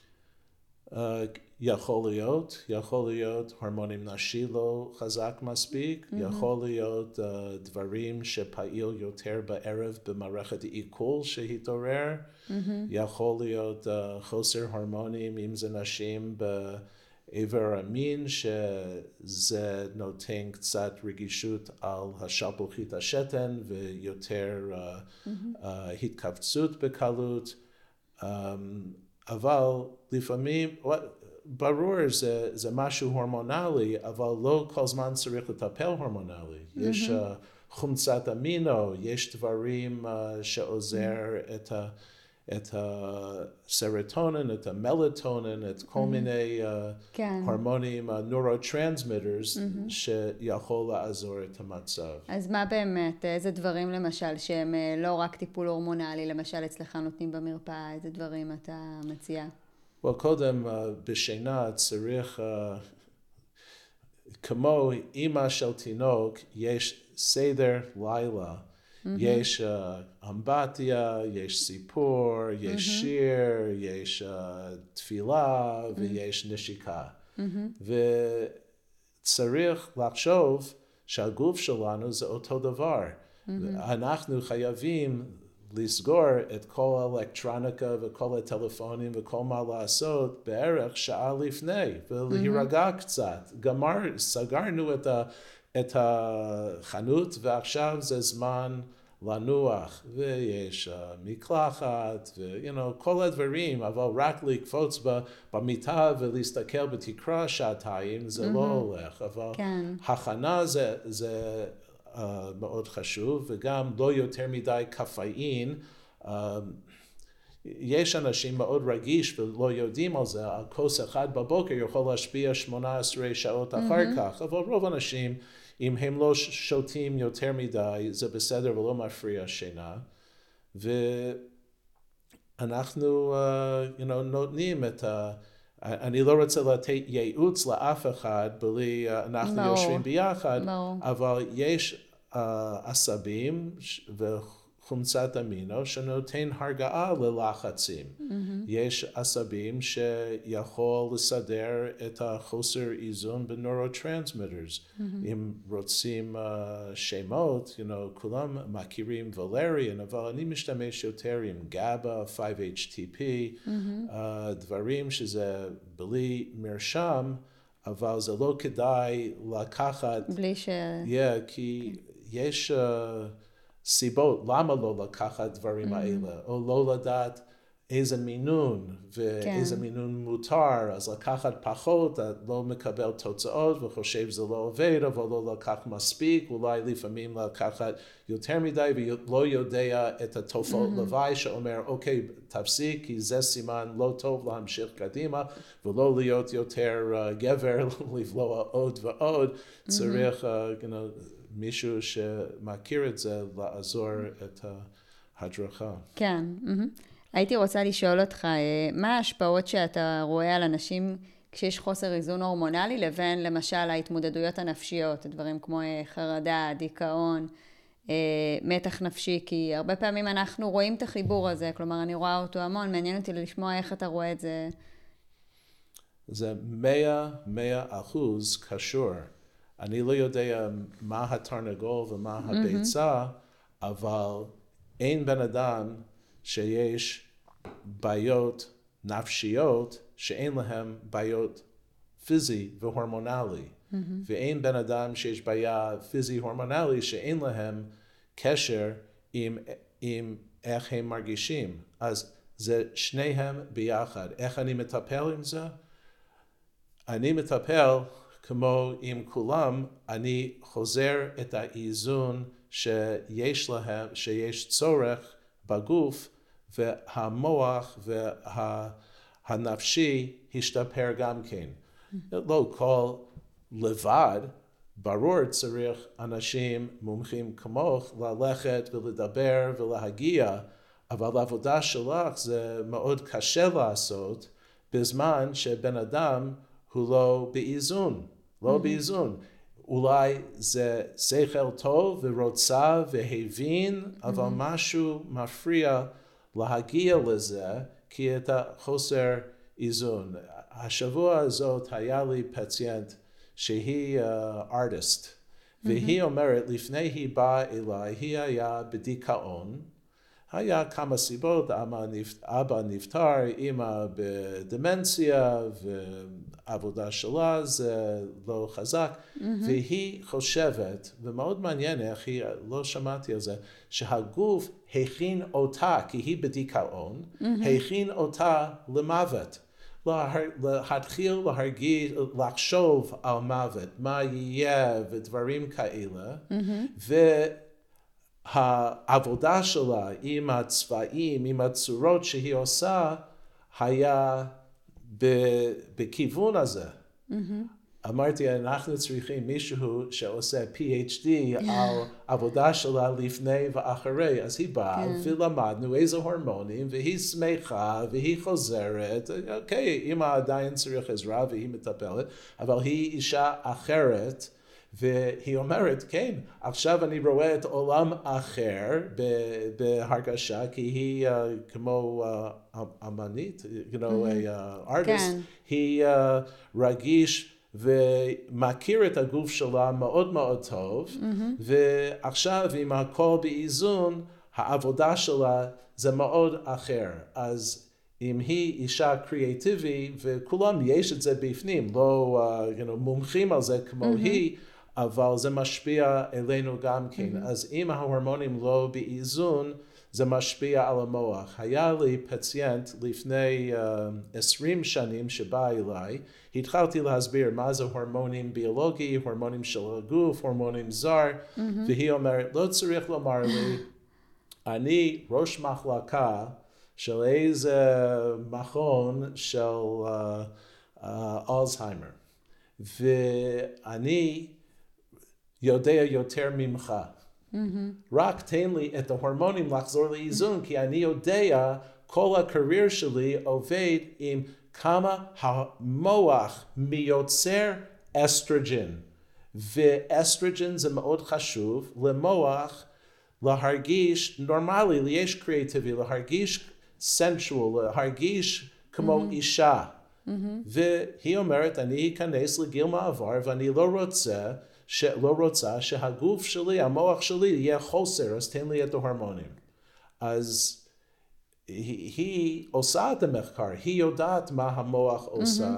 יכול להיות, הורמונים נשי לא חזק מספיק, יכול להיות דברים שפעיל יותר בערב במערכת העיכול שהתעורר, יכול להיות חוסר הורמונים אם זה נשים בעבר המין, שזה נותן קצת רגישות על השלפוחית השתן ויותר התכווצות בקלות, אבל לפעמים, ברור זה משהו הורמונלי, אבל לא כל זמן צריך לטפל הורמונלי. יש חומצת אמינו, יש דברים שעוזר את הסרוטונין, את המלטונין, את כל מיני הורמונים, נורוטרנסמיטרס, שיכול לעזור את המצב. אז מה באמת, איזה דברים למשל שהם לא רק טיפול הורמונלי, למשל אצלך נותנים במרפאה, איזה דברים אתה מציע? קודם בשינה צריך, כמו אימא של תינוק, יש סדר לילה. יש אמבטיה, יש סיפור, יש שיר, יש תפילה ויש נשיקה. וצריך לחשוב שהגוף שלנו זה אותו דבר. אנחנו חייבים לסגור את כל האלקטרוניקה וכל הטלפונים וכל מה לעשות בערך שעה לפני, ולהירגע קצת. סגרנו את החנות, ועכשיו זה זמן לנוח, ויש מקלחת, כל הדברים, אבל רק לקפוץ במיטה ולהסתכל בתקרה שעתיים, זה לא הולך. אבל הכנה זה מאוד חשוב, וגם לא יותר מדי קפאין. יש אנשים מאוד רגיש ולא יודעים על זה, על כוס אחד בבוקר יכול להשפיע 18 שעות אחר כך, אבל רוב האנשים, אם הם לא שותים יותר מדי, זה בסדר ולא מפריע שינה. ואנחנו נותנים אני לא רוצה לתת ייעוץ לאף אחד בלי אנחנו יושבים ביחד, אבל יש עשבים וחומצת אמינו שנותן הרגעה ללחצים. יש עשבים שיכול לסדר את החוסר איזון בנורוטרנסמיטרס. אם רוצים שמות, כולם מכירים ולריאן, אבל אני משתמש יותר עם גאבה, 5-HTP, דברים שזה בלי מרשם, אבל זה לא כדאי לקחת... בלי כי יש סיבות למה לא לקחת דברים האלה, או לא לדעת איזה מינון ואיזה מינון מותר, אז לקחת פחות, את לא מקבל תוצאות וחושב זה לא עובד, אבל לא לקח מספיק, אולי לפעמים לקחת יותר מדי ולא יודע את התופעות לוואי שאומר, אוקיי, תפסיק, כי זה סימן לא טוב להמשיך קדימה, ולא להיות יותר גבר, לבלוע עוד ועוד, צריך מישהו שמכיר את זה לעזור את ההדרכה. כן. הייתי רוצה לשאול אותך, מה ההשפעות שאתה רואה על אנשים כשיש חוסר איזון הורמונלי, לבין למשל ההתמודדויות הנפשיות, דברים כמו חרדה, דיכאון, מתח נפשי, כי הרבה פעמים אנחנו רואים את החיבור הזה, כלומר אני רואה אותו המון, מעניין אותי לשמוע איך אתה רואה את זה. זה 100% קשור. אני לא יודע מה התרנגול ומה הביצה, אבל אין בן אדם שיש בעיות נפשיות שאין להם בעיות פיזי והורמונלי. ואין בן אדם שיש בעיה פיזי הורמונלי שאין להם קשר עם איך הם מרגישים. אז זה שניהם ביחד. איך אני מטפל עם זה? אני מטפל כמו עם כולם, אני חוזר את האיזון שיש צורך בגוף, והמוח והנפשי השתפר גם כן. לא כל לבד, ברור צריך אנשים מומחים כמוך ללכת ולדבר ולהגיע, אבל העבודה שלך זה מאוד קשה לעשות בזמן שבן אדם הוא לא באיזון, לא באיזון. אולי זה שכל טוב ורוצה והבין, אבל משהו מפריע להגיע לזה, כי את החוסר איזון. השבוע הזאת היה לי פציינט שהיא ארטיסט, והיא אומרת, לפני היא באה אליי, היא היה בדיכאון, היה כמה סיבות, אבא נפטר, אמא בדמנציה, ועבודה שלה זה לא חזק, והיא חושבת, ומאוד מעניין איך היא, לא שמעתי על זה, שהגוף הכין אותה, כי היא בדיכאון, הכין אותה למוות. להתחיל להרגיש, לחשוב על מוות, מה יהיה ודברים כאלה, העבודה שלה עם הצבעים, עם הצורות שהיא עושה, היה בכיוון הזה. אמרתי, אנחנו צריכים מישהו שעושה PhD על עבודה שלה לפני ואחרי. אז היא באה ולמדנו איזה הורמונים, והיא שמחה, והיא חוזרת. אוקיי, אמא עדיין צריך עזרה והיא מטפלת, אבל היא אישה אחרת. והיא אומרת, כן, עכשיו אני רואה את עולם אחר בהרגשה, כי היא כמו אמנית, artist, היא רגיש ומכיר את הגוף שלה מאוד מאוד טוב, ועכשיו עם הכל באיזון, העבודה שלה זה מאוד אחר. אז אם היא אישה קריאטיבית, וכולם יש את זה בפנים, לא מומחים על זה כמו היא, אבל זה משפיע אלינו גם כן. אז אם ההורמונים לא באיזון, זה משפיע על המוח. היה לי פציינט לפני 20 שנים שבא אליי, התחלתי להסביר מה זה הורמונים ביולוגיים, הורמונים של הגוף, הורמונים זר, והיא אומרת, לא צריך לומר לי, אני ראש מחלקה של איזה מכון של אלצהיימר, ואני יודע יותר ממך. רק תן לי את ההורמונים לחזור לאיזון, כי אני יודע כל הקריירה שלי עובד עם כמה המוח מיוצר אסטרוג'ן. ואסטרוג'ן זה מאוד חשוב למוח להרגיש נורמלי, יש קריאטיבי, להרגיש סנשואל, להרגיש כמו אישה. והיא אומרת, אני אכנס לגיל מעבר ואני לא רוצה שהגוף שלי, המוח שלי יהיה חוסר, אז תן לי את ההורמונים. אז היא עושה את המחקר, היא יודעת מה המוח עושה,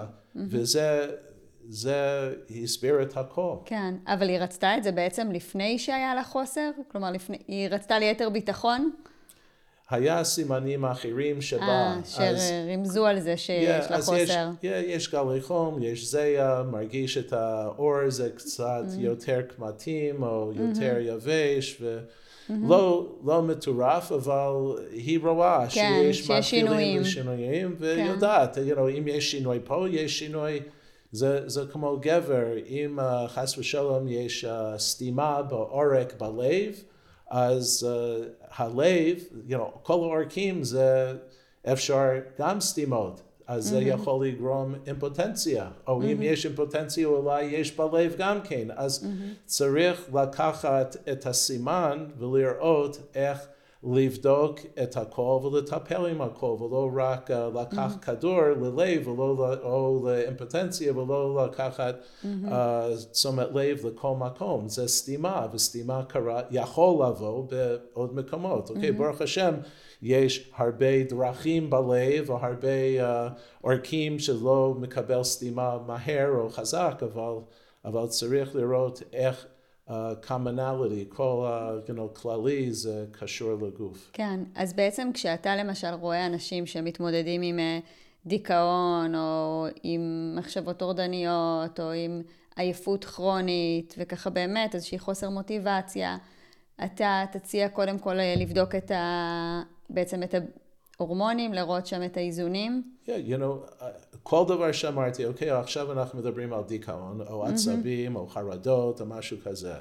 וזה הסביר את הכל. כן, אבל היא רצתה את זה בעצם לפני שהיה לה חוסר? כלומר, היא רצתה ליתר ביטחון? היה סימנים אחרים שבא. שרמזו על זה שיש לה חוסר. יש גלי חום, יש זיה, מרגיש את האור, זה קצת יותר קמטים או יותר יבש, ולא מטורף, אבל היא רואה שיש מתחילים לשינויים, ויודעת, אם יש שינוי פה, יש שינוי, זה כמו גבר, אם חס ושלום יש סתימה בעורק בלב, אז הלב, כל העורקים זה אפשר גם סתימות, אז זה יכול לגרום אימפוטנציה, או אם יש אימפוטנציה אולי יש בלב גם כן, אז צריך לקחת את הסימן ולראות איך לבדוק את הכל ולטפל עם הכל, ולא רק לקח כדור ללב או לאימפוטנציה, ולא לקחת תשומת לב לכל מקום. זה סתימה, וסתימה יכול לבוא בעוד מקומות. אוקיי, ברוך השם, יש הרבה דרכים בלב, או הרבה עורקים שלא מקבל סתימה מהר או חזק, אבל צריך לראות איך commonality, כל כללי זה קשור לגוף. כן, אז בעצם כשאתה למשל רואה אנשים שמתמודדים עם דיכאון, או עם מחשבות טורדניות, או עם עייפות כרונית, וככה באמת איזושהי חוסר מוטיבציה, אתה תציע קודם כל לבדוק בעצם את ההורמונים, לראות שם את האיזונים? כל דבר שאמרתי, אוקיי, עכשיו אנחנו מדברים על דיכאון, או עצבים, או חרדות, או משהו כזה.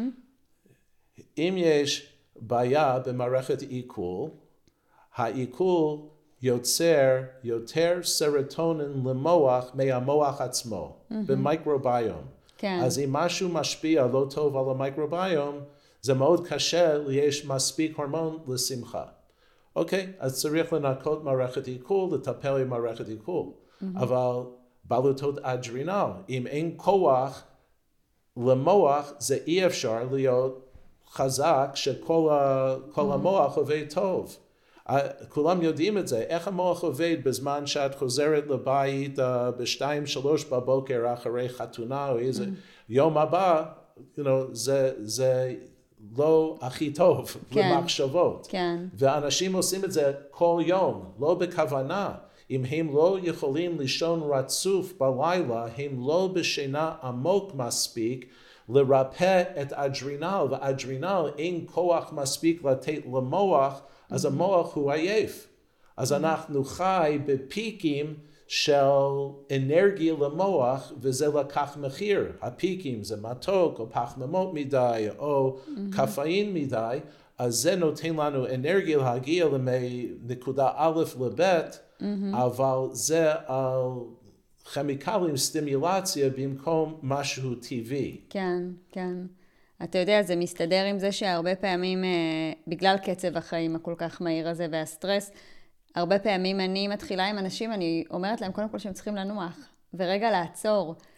אם יש בעיה במערכת עיכול, העיכול יוצר יותר סרוטונין למוח מהמוח עצמו, במיקרוביום. כן. אז אם משהו משפיע לא טוב על המיקרוביום, זה מאוד קשה, יש מספיק הורמון לשמחה. אוקיי, אז צריך לנקות מערכת עיכול, לטפל עם מערכת עיכול. אבל בלוטות אדרנל, אם אין כוח למוח, זה אי אפשר להיות חזק שכל המוח עובד טוב. כולם יודעים את זה, איך המוח עובד בזמן שאת חוזרת לבית ב-2-3 בבוקר אחרי חתונה או איזה יום הבא, זה לא הכי טוב למחשבות. כן. ואנשים עושים את זה כל יום, לא בכוונה. אם הם לא יכולים לישון רצוף בלילה, הם לא בשינה עמוק מספיק לרפא את אדרנל, ואדרנל אין כוח מספיק לתת למוח, אז המוח הוא עייף. אז אנחנו חי בפיקים של אנרגיה למוח, וזה לקח מחיר. הפיקים זה מתוק, או פחמימות מדי, או קפאין מדי, אז זה נותן לנו אנרגיה להגיע לנקודה א' לב', אבל זה על כימיקלים, סטימולציה, במקום משהו טבעי. כן, כן. אתה יודע, זה מסתדר עם זה שהרבה פעמים, בגלל קצב החיים הכל כך מהיר הזה והסטרס, הרבה פעמים אני מתחילה עם אנשים, אני אומרת להם קודם כל שהם צריכים לנוח, ורגע לעצור,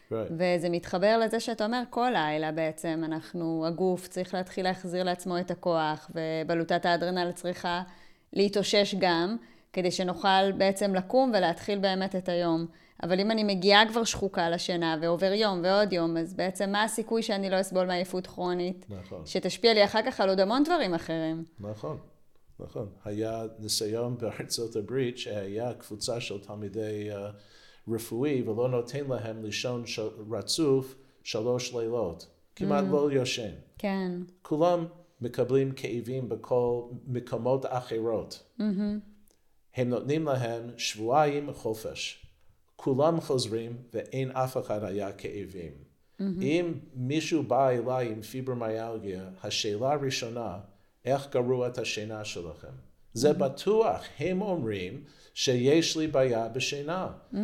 וזה מתחבר לזה שאתה אומר, כל לילה בעצם הגוף צריך להתחיל להחזיר לעצמו את הכוח, ובלוטת האדרנל צריכה להתאושש גם, כדי שנוכל בעצם לקום ולהתחיל באמת את היום. אבל אם אני מגיעה כבר שחוקה לשינה ועובר יום ועוד יום, אז בעצם מה הסיכוי שאני לא אסבול מעייפות כרונית? נכון. שתשפיע לי אחר כך על עוד המון דברים אחרים. נכון. היה ניסיון בארצות הברית שהיה קבוצה של תלמידי רפואי ולא נותן להם לישון רצוף 3 לילות. כמעט לא ישן. כן. כולם מקבלים כאבים בכל מקומות אחרות. הם נותנים להם 2 שבועות חופש. כולם חוזרים ואין אף אחד היה כאבים. אם מישהו בא אליי עם פיברומיאלגיה, השאלה הראשונה, איך גרוע את השינה שלכם? זה בטוח, הם אומרים שיש לי בעיה בשינה.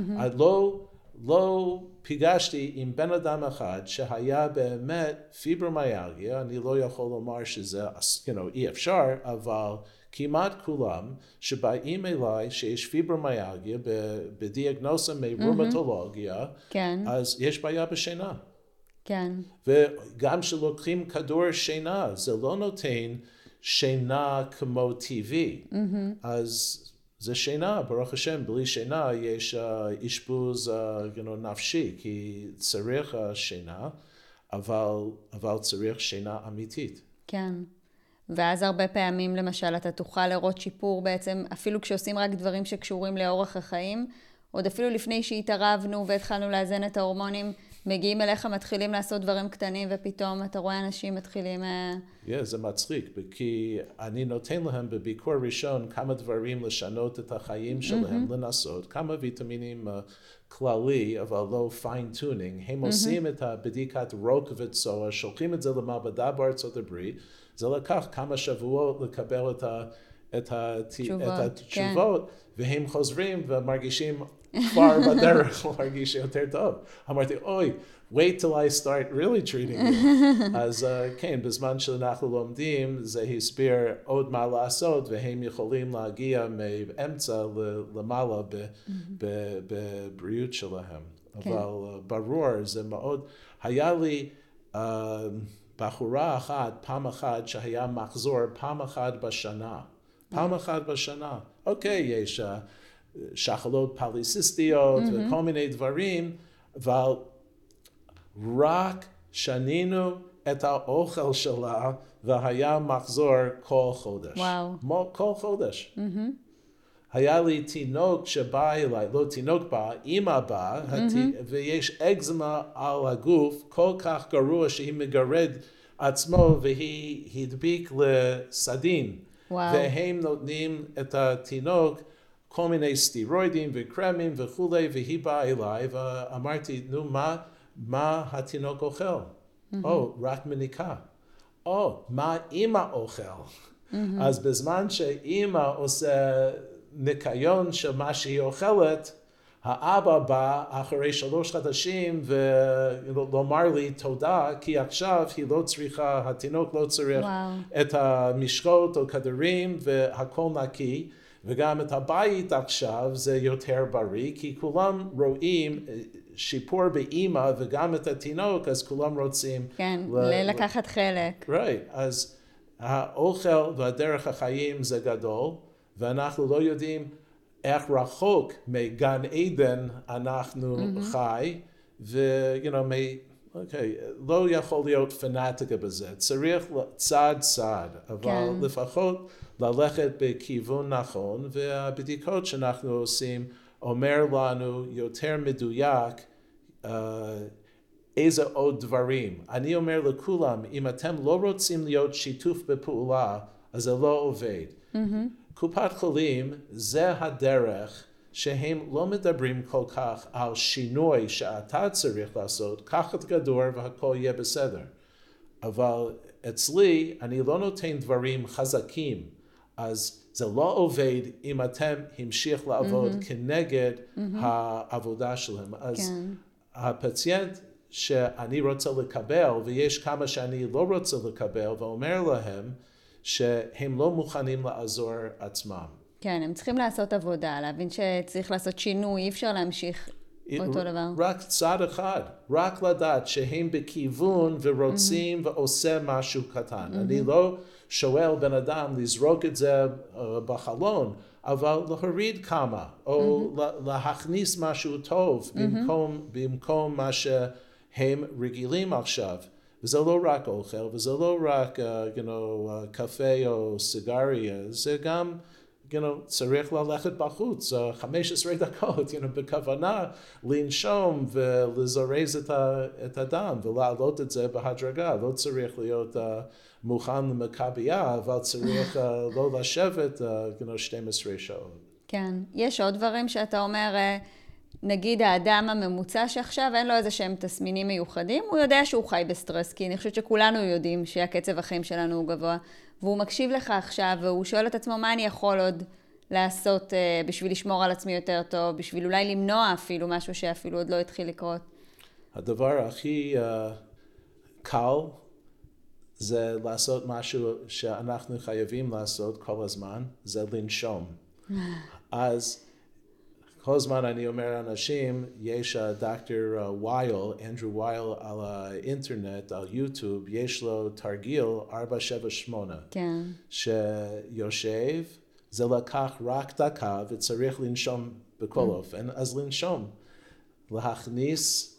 לא פיגשתי עם בן אדם אחד שהיה באמת פיברומיאלגיה, אני לא יכול לומר שזה אי אפשר, אבל כמעט כולם שבאים אליי שיש פיברומיאלגיה בדיאגנוזה מרומטולוגיה, אז יש בעיה בשינה. כן. וגם שלוקחים כדור שינה, זה לא נותן שינה כמו טבעי. אז זה שינה, ברוך השם, בלי שינה יש אשפוז נפשי, כי צריך שינה, אבל צריך שינה אמיתית. כן. ואז הרבה פעמים, למשל, אתה תוכל לראות שיפור בעצם, אפילו כשעושים רק דברים שקשורים לאורח החיים, עוד אפילו לפני שהתערבנו והתחלנו לאזן את ההורמונים, מגיעים אליך, מתחילים לעשות דברים קטנים, ופתאום אתה רואה אנשים מתחילים... זה מצחיק, כי אני נותן להם בביקור ראשון כמה דברים לשנות את החיים שלהם, לנסות, כמה ויטמינים כללי, אבל לא fine-tuning. הם עושים את הבדיקת רוק וצואה, שולחים את זה למעבדה בארצות הברית, זה לקח כמה שבועות לקבל את התשובות, והם חוזרים ומרגישים כבר בדרך להרגיש יותר טוב. אמרתי, אוי, wait till I start really treating you. אז כן, בזמן שאנחנו לומדים, זה הסביר עוד מה לעשות, והם יכולים להגיע מאמצע למעלה בבריאות שלהם. אבל ברור, זה מאוד... היה לי בחורה אחת, פעם אחת, שהיה מחזור פעם אחת בשנה. פעם אחת בשנה. אוקיי, יש שחלות פוליסיסטיות וכל מיני דברים, אבל רק שנינו את האוכל שלה, והיה מחזור כל חודש. וואו. כל חודש. היה לי תינוק שבא אליי, לא תינוק בא, אמא בא, ויש אקזמה על הגוף כל כך גרוע שהיא מגרד עצמו, והיא הדביק לסדין. והם נותנים את התינוק כל מיני סטרואידים וקרמים וכולי, והיא באה אליי ואמרתי, נו, מה התינוק אוכל? רק מניקה. מה אמא אוכל? אז בזמן שאמא עושה ניקיון של מה שהיא אוכלת, האבא בא אחרי 3 חודשים ולומר לי תודה, כי עכשיו היא לא צריכה, התינוק לא צריך את המשחות או כדורים והכל נקי, וגם את הבית עכשיו זה יותר בריא, כי כולם רואים שיפור באמא וגם את התינוק, אז כולם רוצים... כן, לקחת חלק. אז האוכל והדרך החיים זה גדול, ואנחנו לא יודעים איך רחוק מגן עדן אנחנו חי, לא יכול להיות פנאטיקה בזה, צריך צעד, אבל לפחות ללכת בכיוון נכון, והבדיקות שאנחנו עושים אומר לנו יותר מדויק איזה עוד דברים. אני אומר לכולם, אם אתם לא רוצים להיות שיתוף בפעולה, אז זה לא עובד. קופת חולים זה הדרך שהם לא מדברים כל כך על שינוי שאתה צריך לעשות, קח את הכדור והכל יהיה בסדר. אבל אצלי אני לא נותן דברים חזקים, אז זה לא עובד אם אתם המשיך לעבוד כנגד העבודה שלהם. אז הפציינט שאני רוצה לקבל, ויש כמה שאני לא רוצה לקבל, ואומר להם שהם לא מוכנים לעזור עצמם. כן, הם צריכים לעשות עבודה, להבין שצריך לעשות שינוי, אי אפשר להמשיך אותו דבר. רק צד אחד, רק לדעת שהם בכיוון ורוצים ועושה משהו קטן. אני לא שואל בן אדם לזרוק את זה בחלון, אבל להוריד כמה, או להכניס משהו טוב במקום מה שהם רגילים עכשיו. וזה לא רק אוכל, וזה לא רק קפה או סיגריה, זה גם צריך ללכת בחוץ 15 דקות, בכוונה לנשום ולזרז את הדם ולהעלות את זה בהדרגה. לא צריך להיות מוכן למכבייה, אבל צריך לא לשבת 12 שעות. כן, יש עוד דברים שאתה אומר, נגיד האדם הממוצע שעכשיו אין לו איזה שהם תסמינים מיוחדים, הוא יודע שהוא חי בסטרס, כי אני חושבת שכולנו יודעים שהקצב החיים שלנו הוא גבוה, והוא מקשיב לך עכשיו, והוא שואל את עצמו מה אני יכול עוד לעשות בשביל לשמור על עצמי יותר טוב, בשביל אולי למנוע אפילו משהו שאפילו עוד לא התחיל לקרות. הדבר הכי קל זה לעשות משהו שאנחנו חייבים לעשות כל הזמן, זה לנשום. אז כל הזמן אני אומר לאנשים, יש דוקטור וייל, אנדרו וייל על האינטרנט, על יוטיוב, יש לו תרגיל 478, כן. שיושב, זה לקח רק דקה וצריך לנשום בכל אופן, אז לנשום, להכניס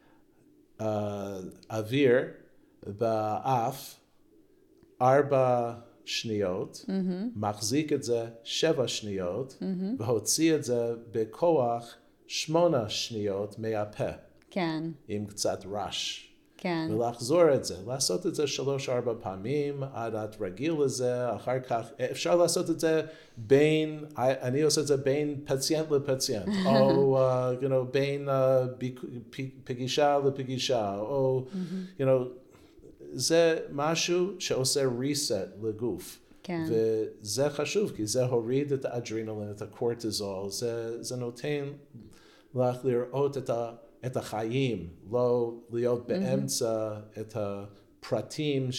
אוויר באף 4 שניות, מחזיק את זה 7 שניות, והוציא את זה בכוח 8 שניות מהפה. כן. עם קצת רעש. כן. ולחזור את זה, לעשות את זה 3-4 פעמים, עד את רגיל לזה, אחר כך אפשר לעשות את זה אני עושה את זה בין פציינט לפציינט, או בין פגישה לפגישה, או זה משהו שעושה reset לגוף. כן. וזה חשוב, כי זה הוריד את האדרנלין, את הקורטיזול, זה נותן לך לראות את החיים, לא להיות באמצע את הפרטים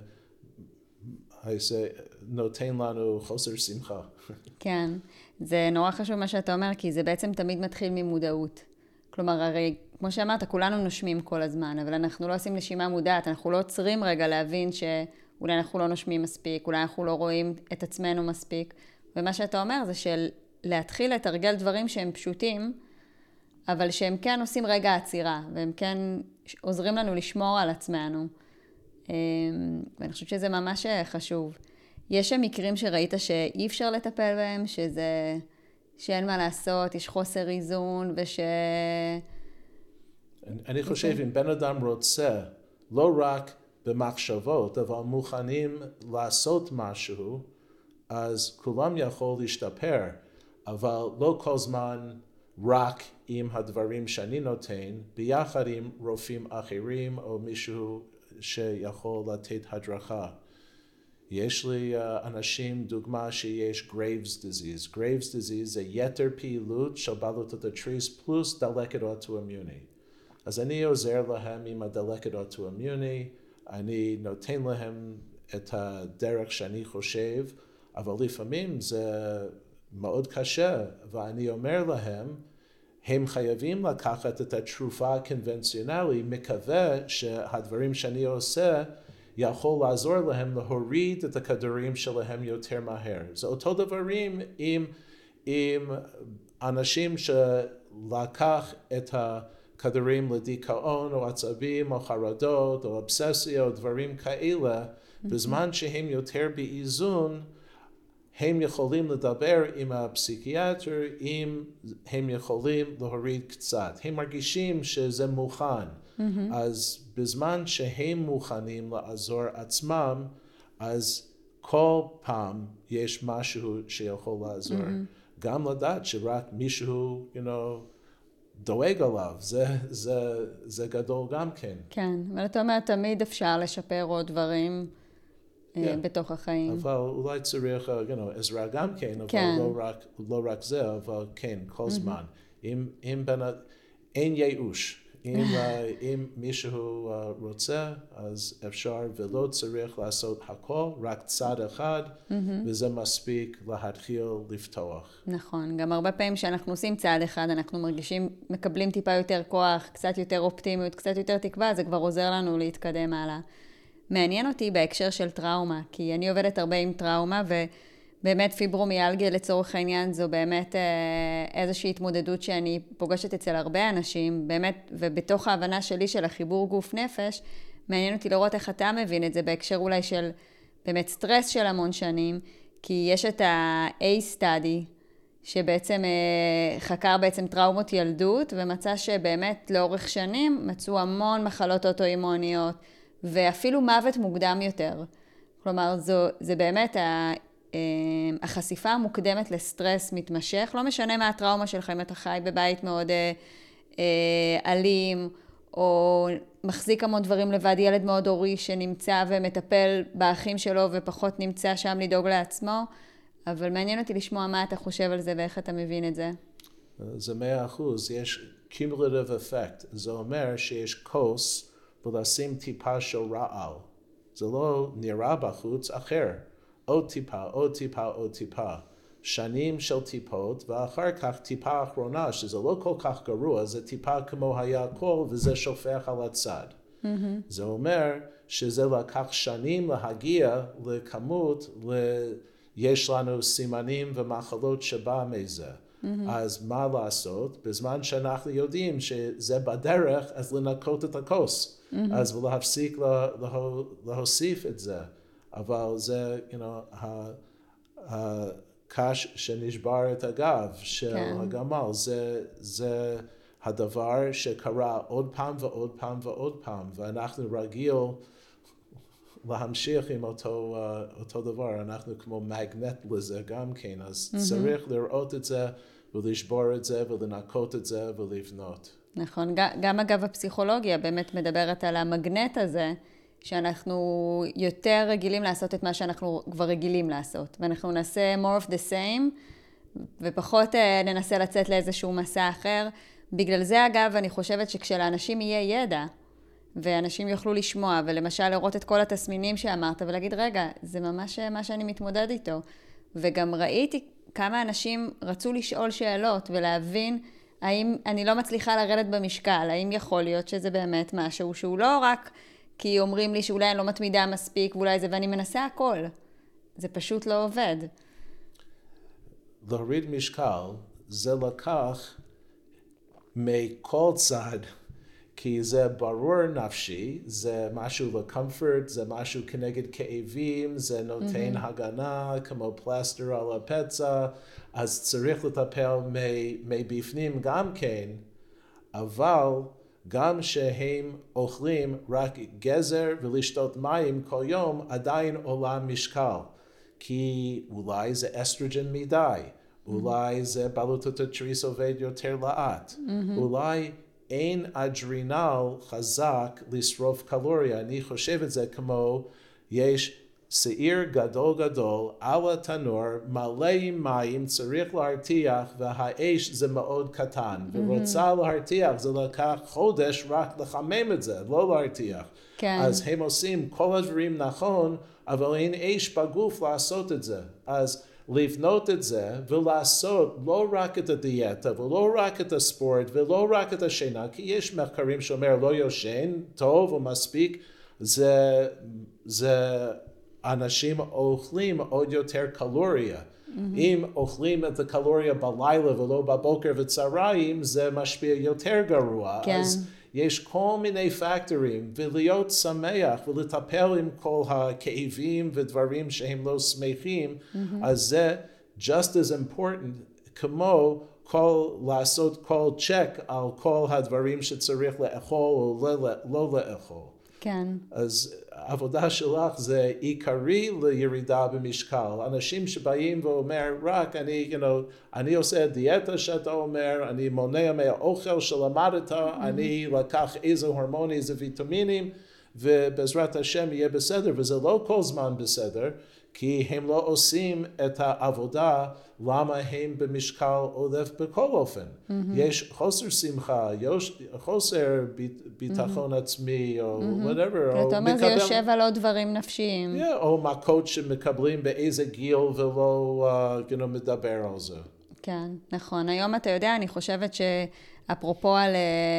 שנותן לנו חוסר שמחה. כן, זה נורא חשוב מה שאתה אומר, כי זה בעצם תמיד מתחיל ממודעות. כלומר, הרי, כמו שאמרת, כולנו נושמים כל הזמן, אבל אנחנו לא עושים נשימה מודעת, אנחנו לא עוצרים רגע להבין שאולי אנחנו לא נושמים מספיק, אולי אנחנו לא רואים את עצמנו מספיק. ומה שאתה אומר זה של להתחיל לתרגל דברים שהם פשוטים, אבל שהם כן עושים רגע עצירה, והם כן עוזרים לנו לשמור על עצמנו. ואני חושבת שזה ממש חשוב. יש שם מקרים שראית שאי אפשר לטפל בהם, שאין מה לעשות, יש חוסר איזון, אני חושב, אם בן אדם רוצה, לא רק במחשבות, אבל מוכנים לעשות משהו, אז כולם יכול להשתפר, אבל לא כל זמן רק עם הדברים שאני נותן, ביחד עם רופאים אחרים או מישהו שיכול לתת הדרכה. יש לי אנשים, דוגמה שיש Graves' disease. Graves' disease זה יתר פעילות של בלוטות התריס פלוס דלקת אוטואימיוני. אז אני עוזר להם עם הדלקת אוטואימיוני, אני נותן להם את הדרך שאני חושב, אבל לפעמים זה מאוד קשה, ואני אומר להם, הם חייבים לקחת את התרופה הקונבנציונלית, מקווה שהדברים שאני עושה יכול לעזור להם להוריד את הכדורים שלהם יותר מהר. זה אותו דברים עם אנשים שלקח את הכדורים לדיכאון או עצבים או חרדות או אובססיה או דברים כאלה, בזמן שהם יותר באיזון, הם יכולים לדבר עם הפסיכיאטר, אם הם יכולים להוריד קצת. הם מרגישים שזה מוכן. אז בזמן שהם מוכנים לעזור עצמם, אז כל פעם יש משהו שיכול לעזור. גם לדעת שרק מישהו, דואג עליו, זה גדול גם כן. כן, אבל אתה אומר, תמיד אפשר לשפר עוד דברים בתוך החיים. אבל אולי צריך, עזרה גם כן, אבל לא רק זה, אבל כן, כל זמן. אין ייאוש. אם מישהו רוצה, אז אפשר ולא צריך לעשות הכל, רק צד אחד, וזה מספיק להתחיל לפתוח. נכון, גם הרבה פעמים שאנחנו עושים צעד אחד, אנחנו מרגישים, מקבלים טיפה יותר כוח, קצת יותר אופטימיות, קצת יותר תקווה, זה כבר עוזר לנו להתקדם הלאה. מעניין אותי בהקשר של טראומה, כי אני עובדת הרבה עם טראומה, ובאמת פיברומיאלגיה לצורך העניין זו באמת איזושהי התמודדות שאני פוגשת אצל הרבה אנשים, באמת, ובתוך ההבנה שלי של החיבור גוף נפש, מעניין אותי לראות איך אתה מבין את זה בהקשר אולי של באמת סטרס של המון שנים, כי יש את ה-A-Study, שבעצם חקר בעצם טראומות ילדות, ומצא שבאמת לאורך שנים מצאו המון מחלות אוטואימוניות, ואפילו מוות מוקדם יותר. כלומר, זה באמת החשיפה המוקדמת לסטרס מתמשך, לא משנה מה הטראומה שלך, אם אתה חי בבית מאוד אלים, או מחזיק המון דברים לבד, ילד מאוד הורי שנמצא ומטפל באחים שלו ופחות נמצא שם לדאוג לעצמו, אבל מעניין אותי לשמוע מה אתה חושב על זה ואיך אתה מבין את זה. זה 100%, יש cumulative effect, זה אומר שיש כוס ולשים טיפה של רעל. זה לא נראה בחוץ אחר, עוד טיפה, עוד טיפה, עוד טיפה. שנים של טיפות, ואחר כך טיפה אחרונה, שזה לא כל כך גרוע, זה טיפה כמו היה הכל, וזה שופך על הצד. זה אומר שזה לקח שנים להגיע לכמות, יש לנו סימנים ומחלות שבא מזה. אז מה לעשות? בזמן שאנחנו יודעים שזה בדרך, אז לנקות את הכוס. אז ולהפסיק להוסיף את זה. אבל זה, הקש שנשבר את הגב של הגמל, זה הדבר שקרה עוד פעם ועוד פעם ועוד פעם, ואנחנו רגיל להמשיך עם אותו דבר, אנחנו כמו מגנט לזה גם כן, אז צריך לראות את זה ולשבור את זה ולנקות את זה ולבנות. נכון, גם אגב הפסיכולוגיה באמת מדברת על המגנט הזה, שאנחנו יותר רגילים לעשות את מה שאנחנו כבר רגילים לעשות, ואנחנו נעשה more of the same, ופחות ננסה לצאת לאיזשהו מסע אחר. בגלל זה אגב אני חושבת שכשלאנשים יהיה ידע, ואנשים יוכלו לשמוע, ולמשל לראות את כל התסמינים שאמרת, ולהגיד, רגע, זה ממש מה שאני מתמודד איתו. וגם ראיתי כמה אנשים רצו לשאול שאלות, ולהבין האם אני לא מצליחה לרדת במשקל, האם יכול להיות שזה באמת משהו שהוא לא רק כי אומרים לי שאולי אני לא מתמידה מספיק, ואולי זה, ואני מנסה הכל. זה פשוט לא עובד. להוריד משקל, זה לקח מכל צד, כי זה ברור נפשי, זה משהו לקומפורט, זה משהו כנגד כאבים, זה נותן הגנה כמו פלסטר על הפצע, אז צריך לטפל מבפנים גם כן, אבל גם שהם אוכלים רק גזר ולשתות מים כל יום, עדיין עולה משקל, כי אולי זה אסטרוג'ן מדי, אולי זה בלוטת התריס עובד יותר לאט, אולי אין אדרנל חזק לשרוף קלוריה. אני חושב את זה כמו יש שעיר גדול גדול על התנור, מלא עם מים, צריך להרתיח, והאש זה מאוד קטן. ורוצה להרתיח, זה לקח חודש רק לחמם את זה, לא להרתיח. כן. אז הם עושים כל הדברים נכון, אבל אין אש בגוף לעשות את זה. אז לבנות את זה ולעשות לא רק את הדיאטה ולא רק את הספורט ולא רק את השינה, כי יש מחקרים שאומר לא יושן, טוב ומספיק, זה אנשים אוכלים עוד יותר קלוריה. אם אוכלים את הקלוריה בלילה ולא בבוקר וצהריים, זה משפיע יותר גרוע. כן. אז יש כל מיני פקטורים, ולהיות שמח ולטפל עם כל הכאבים ודברים שהם לא שמחים, אז זה just as important כמו לעשות כל צ'ק על כל הדברים שצריך לאכול או לא לאכול. כן. אז העבודה שלך זה עיקרי לירידה במשקל. אנשים שבאים ואומר, רק אני עושה דיאטה שאתה אומר, אני מונע מהאוכל שלמדת, אני לקח איזה הורמון, איזה ויטמינים, ובעזרת השם יהיה בסדר, וזה לא כל זמן בסדר, כי הם לא עושים את העבודה, למה הם במשקל עודף בכל אופן. יש חוסר שמחה, חוסר ביטחון עצמי, או whatever. אתה אומר, זה יושב על עוד דברים נפשיים. או מכות שמקבלים באיזה גיל ולא מדבר על זה. כן, נכון. היום אתה יודע, אני חושבת שאפרופו על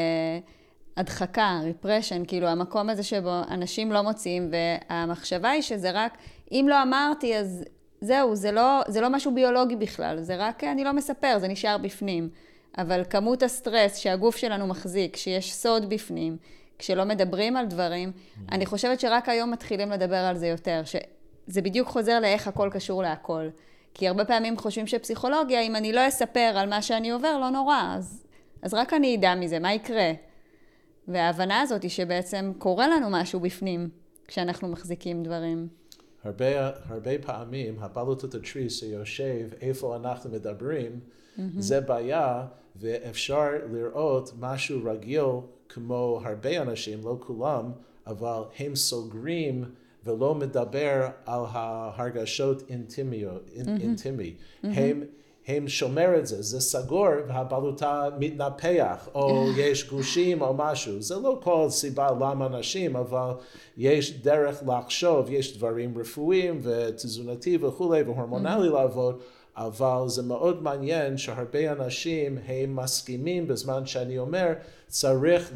הדחקה, ריפרשן, כאילו המקום הזה שבו אנשים לא מוצאים, והמחשבה היא שזה רק, אם לא אמרתי, אז זהו, זה לא משהו ביולוגי בכלל, זה רק, אני לא מספר, זה נשאר בפנים. אבל כמות הסטרס שהגוף שלנו מחזיק, שיש סוד בפנים, כשלא מדברים על דברים, אני חושבת שרק היום מתחילים לדבר על זה יותר, שזה בדיוק חוזר לאיך הכל קשור להכל. כי הרבה פעמים חושבים שפסיכולוגיה, אם אני לא אספר על מה שאני עובר, לא נורא, אז רק אני אדע מזה, מה יקרה? וההבנה הזאת היא שבעצם קורה לנו משהו בפנים, כשאנחנו מחזיקים דברים. הרבה פעמים, הבעלות התריס שיושב איפה אנחנו מדברים, זה בעיה, ואפשר לראות משהו רגיל כמו הרבה אנשים, לא כולם, אבל הם סוגרים ולא מדבר על ההרגשות אינטימי. הם שומר את זה, זה סגור והבעלותה מתנפח, או יש גושים או משהו. זה לא כל סיבה למה אנשים, אבל יש דרך לחשוב, יש דברים רפואיים ותזונתי וכולי והורמונלי לעבוד, אבל זה מאוד מעניין שהרבה אנשים הם מסכימים בזמן שאני אומר, צריך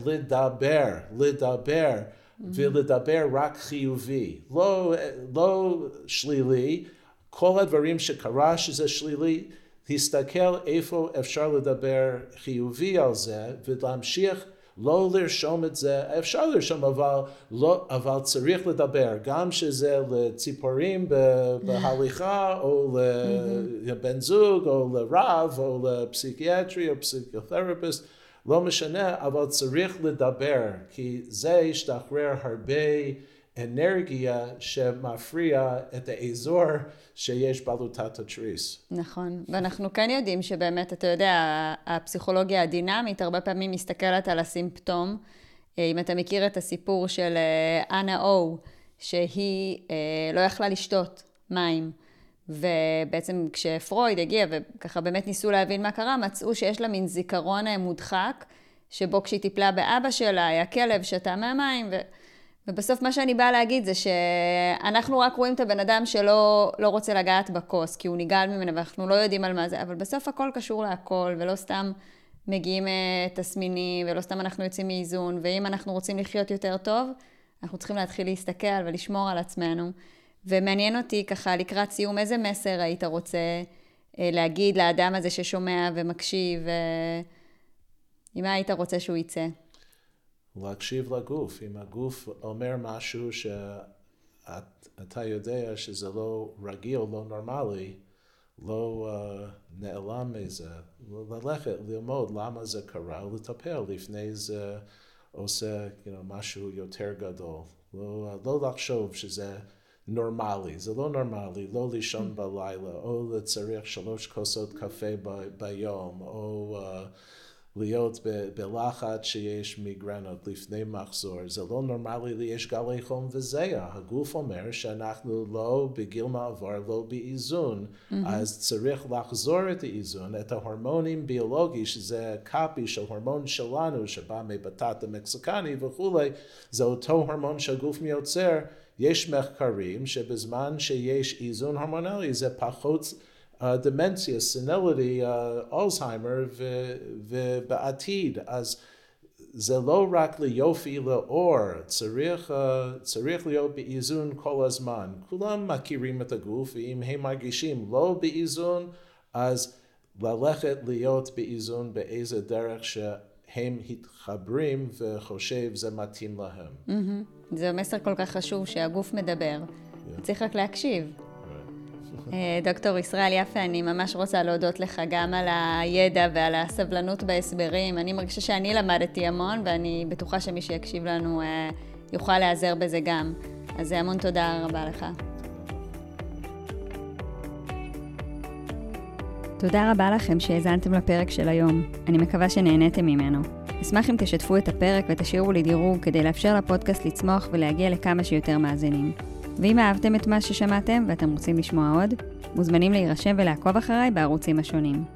לדבר. ולדבר רק חיובי, לא שלילי, כל הדברים שקרה שזה שלילי, תסתכל איפה אפשר לדבר חיובי על זה, ולהמשיך לא לרשום את זה, אפשר לרשום אבל צריך לדבר, גם שזה לציפורים בהליכה, או לבן זוג, או לרב, או לפסיכיאטרי, או פסיכותרפיסט, לא משנה, אבל צריך לדבר, כי זה ישתחרר הרבה אנרגיה שמפריע את האזור שיש בעלותת התריס. נכון, ואנחנו כן יודעים שבאמת, אתה יודע, הפסיכולוגיה הדינמית הרבה פעמים מסתכלת על הסימפטום. אם אתה מכיר את הסיפור של אנה או, שהיא לא יכלה לשתות מים, ובעצם כשפרויד הגיע וככה באמת ניסו להבין מה קרה, מצאו שיש לה מין זיכרון מודחק, שבו כשהיא טיפלה באבא שלה, היה כלב שתה מהמים, ובסוף מה שאני באה להגיד זה שאנחנו רק רואים את הבן אדם שלא רוצה לגעת בכוס, כי הוא ניגל ממנו ואנחנו לא יודעים על מה זה, אבל בסוף הכל קשור להכל, ולא סתם מגיעים תסמינים, ולא סתם אנחנו יוצאים מאיזון, ואם אנחנו רוצים לחיות יותר טוב, אנחנו צריכים להתחיל להסתכל ולשמור על עצמנו. ומעניין אותי ככה לקראת סיום, איזה מסר היית רוצה להגיד לאדם הזה ששומע ומקשיב, עם מה היית רוצה שהוא יצא? להקשיב לגוף. אם הגוף אומר משהו שאתה יודע שזה לא רגיל, לא נורמלי, לא נעלם מזה, ללכת, ללמוד למה זה קרה, לטפל לפני זה עושה משהו יותר גדול. לא לחשוב שזה נורמלי, זה לא נורמלי, לא לישון בלילה, או לצריך 3 כוסות קפה ביום, או להיות בלחץ שיש מיגרנות לפני מחזור, זה לא נורמלי, יש גלי חום וזיעה. הגוף אומר שאנחנו לא בגיל מעבר, לא באיזון, אז צריך לחזור את האיזון, את ההורמונים ביולוגיים, שזה קאפי של הורמון שלנו, שבא מבטאת המקסיקני וכולי, זה אותו הורמון שהגוף מיוצר. יש מחקרים שבזמן שיש איזון הורמונלי, זה פחות דמנציה, סנליטי, אלצהיימר ובעתיד. אז זה לא רק ליופי לאור, צריך להיות באיזון כל הזמן. כולם מכירים את הגוף, ואם הם מרגישים לא באיזון, אז ללכת להיות באיזון באיזה דרך שהם התחברים וחושב זה מתאים להם. זה מסר כל כך חשוב שהגוף מדבר. צריך רק להקשיב. דוקטור ישראל יפה, אני ממש רוצה להודות לך גם על הידע ועל הסבלנות בהסברים. אני מרגישה שאני למדתי המון, ואני בטוחה שמי שיקשיב לנו יוכל להיעזר בזה גם. אז המון תודה רבה לך. תודה רבה לכם שהאזנתם לפרק של היום. אני מקווה שנהניתם ממנו. אשמח אם תשתפו את הפרק ותשאירו לי דירוג כדי לאפשר לפודקאסט לצמוח ולהגיע לכמה שיותר מאזינים. ואם אהבתם את מה ששמעתם ואתם רוצים לשמוע עוד, מוזמנים להירשם ולעקוב אחריי בערוצים השונים.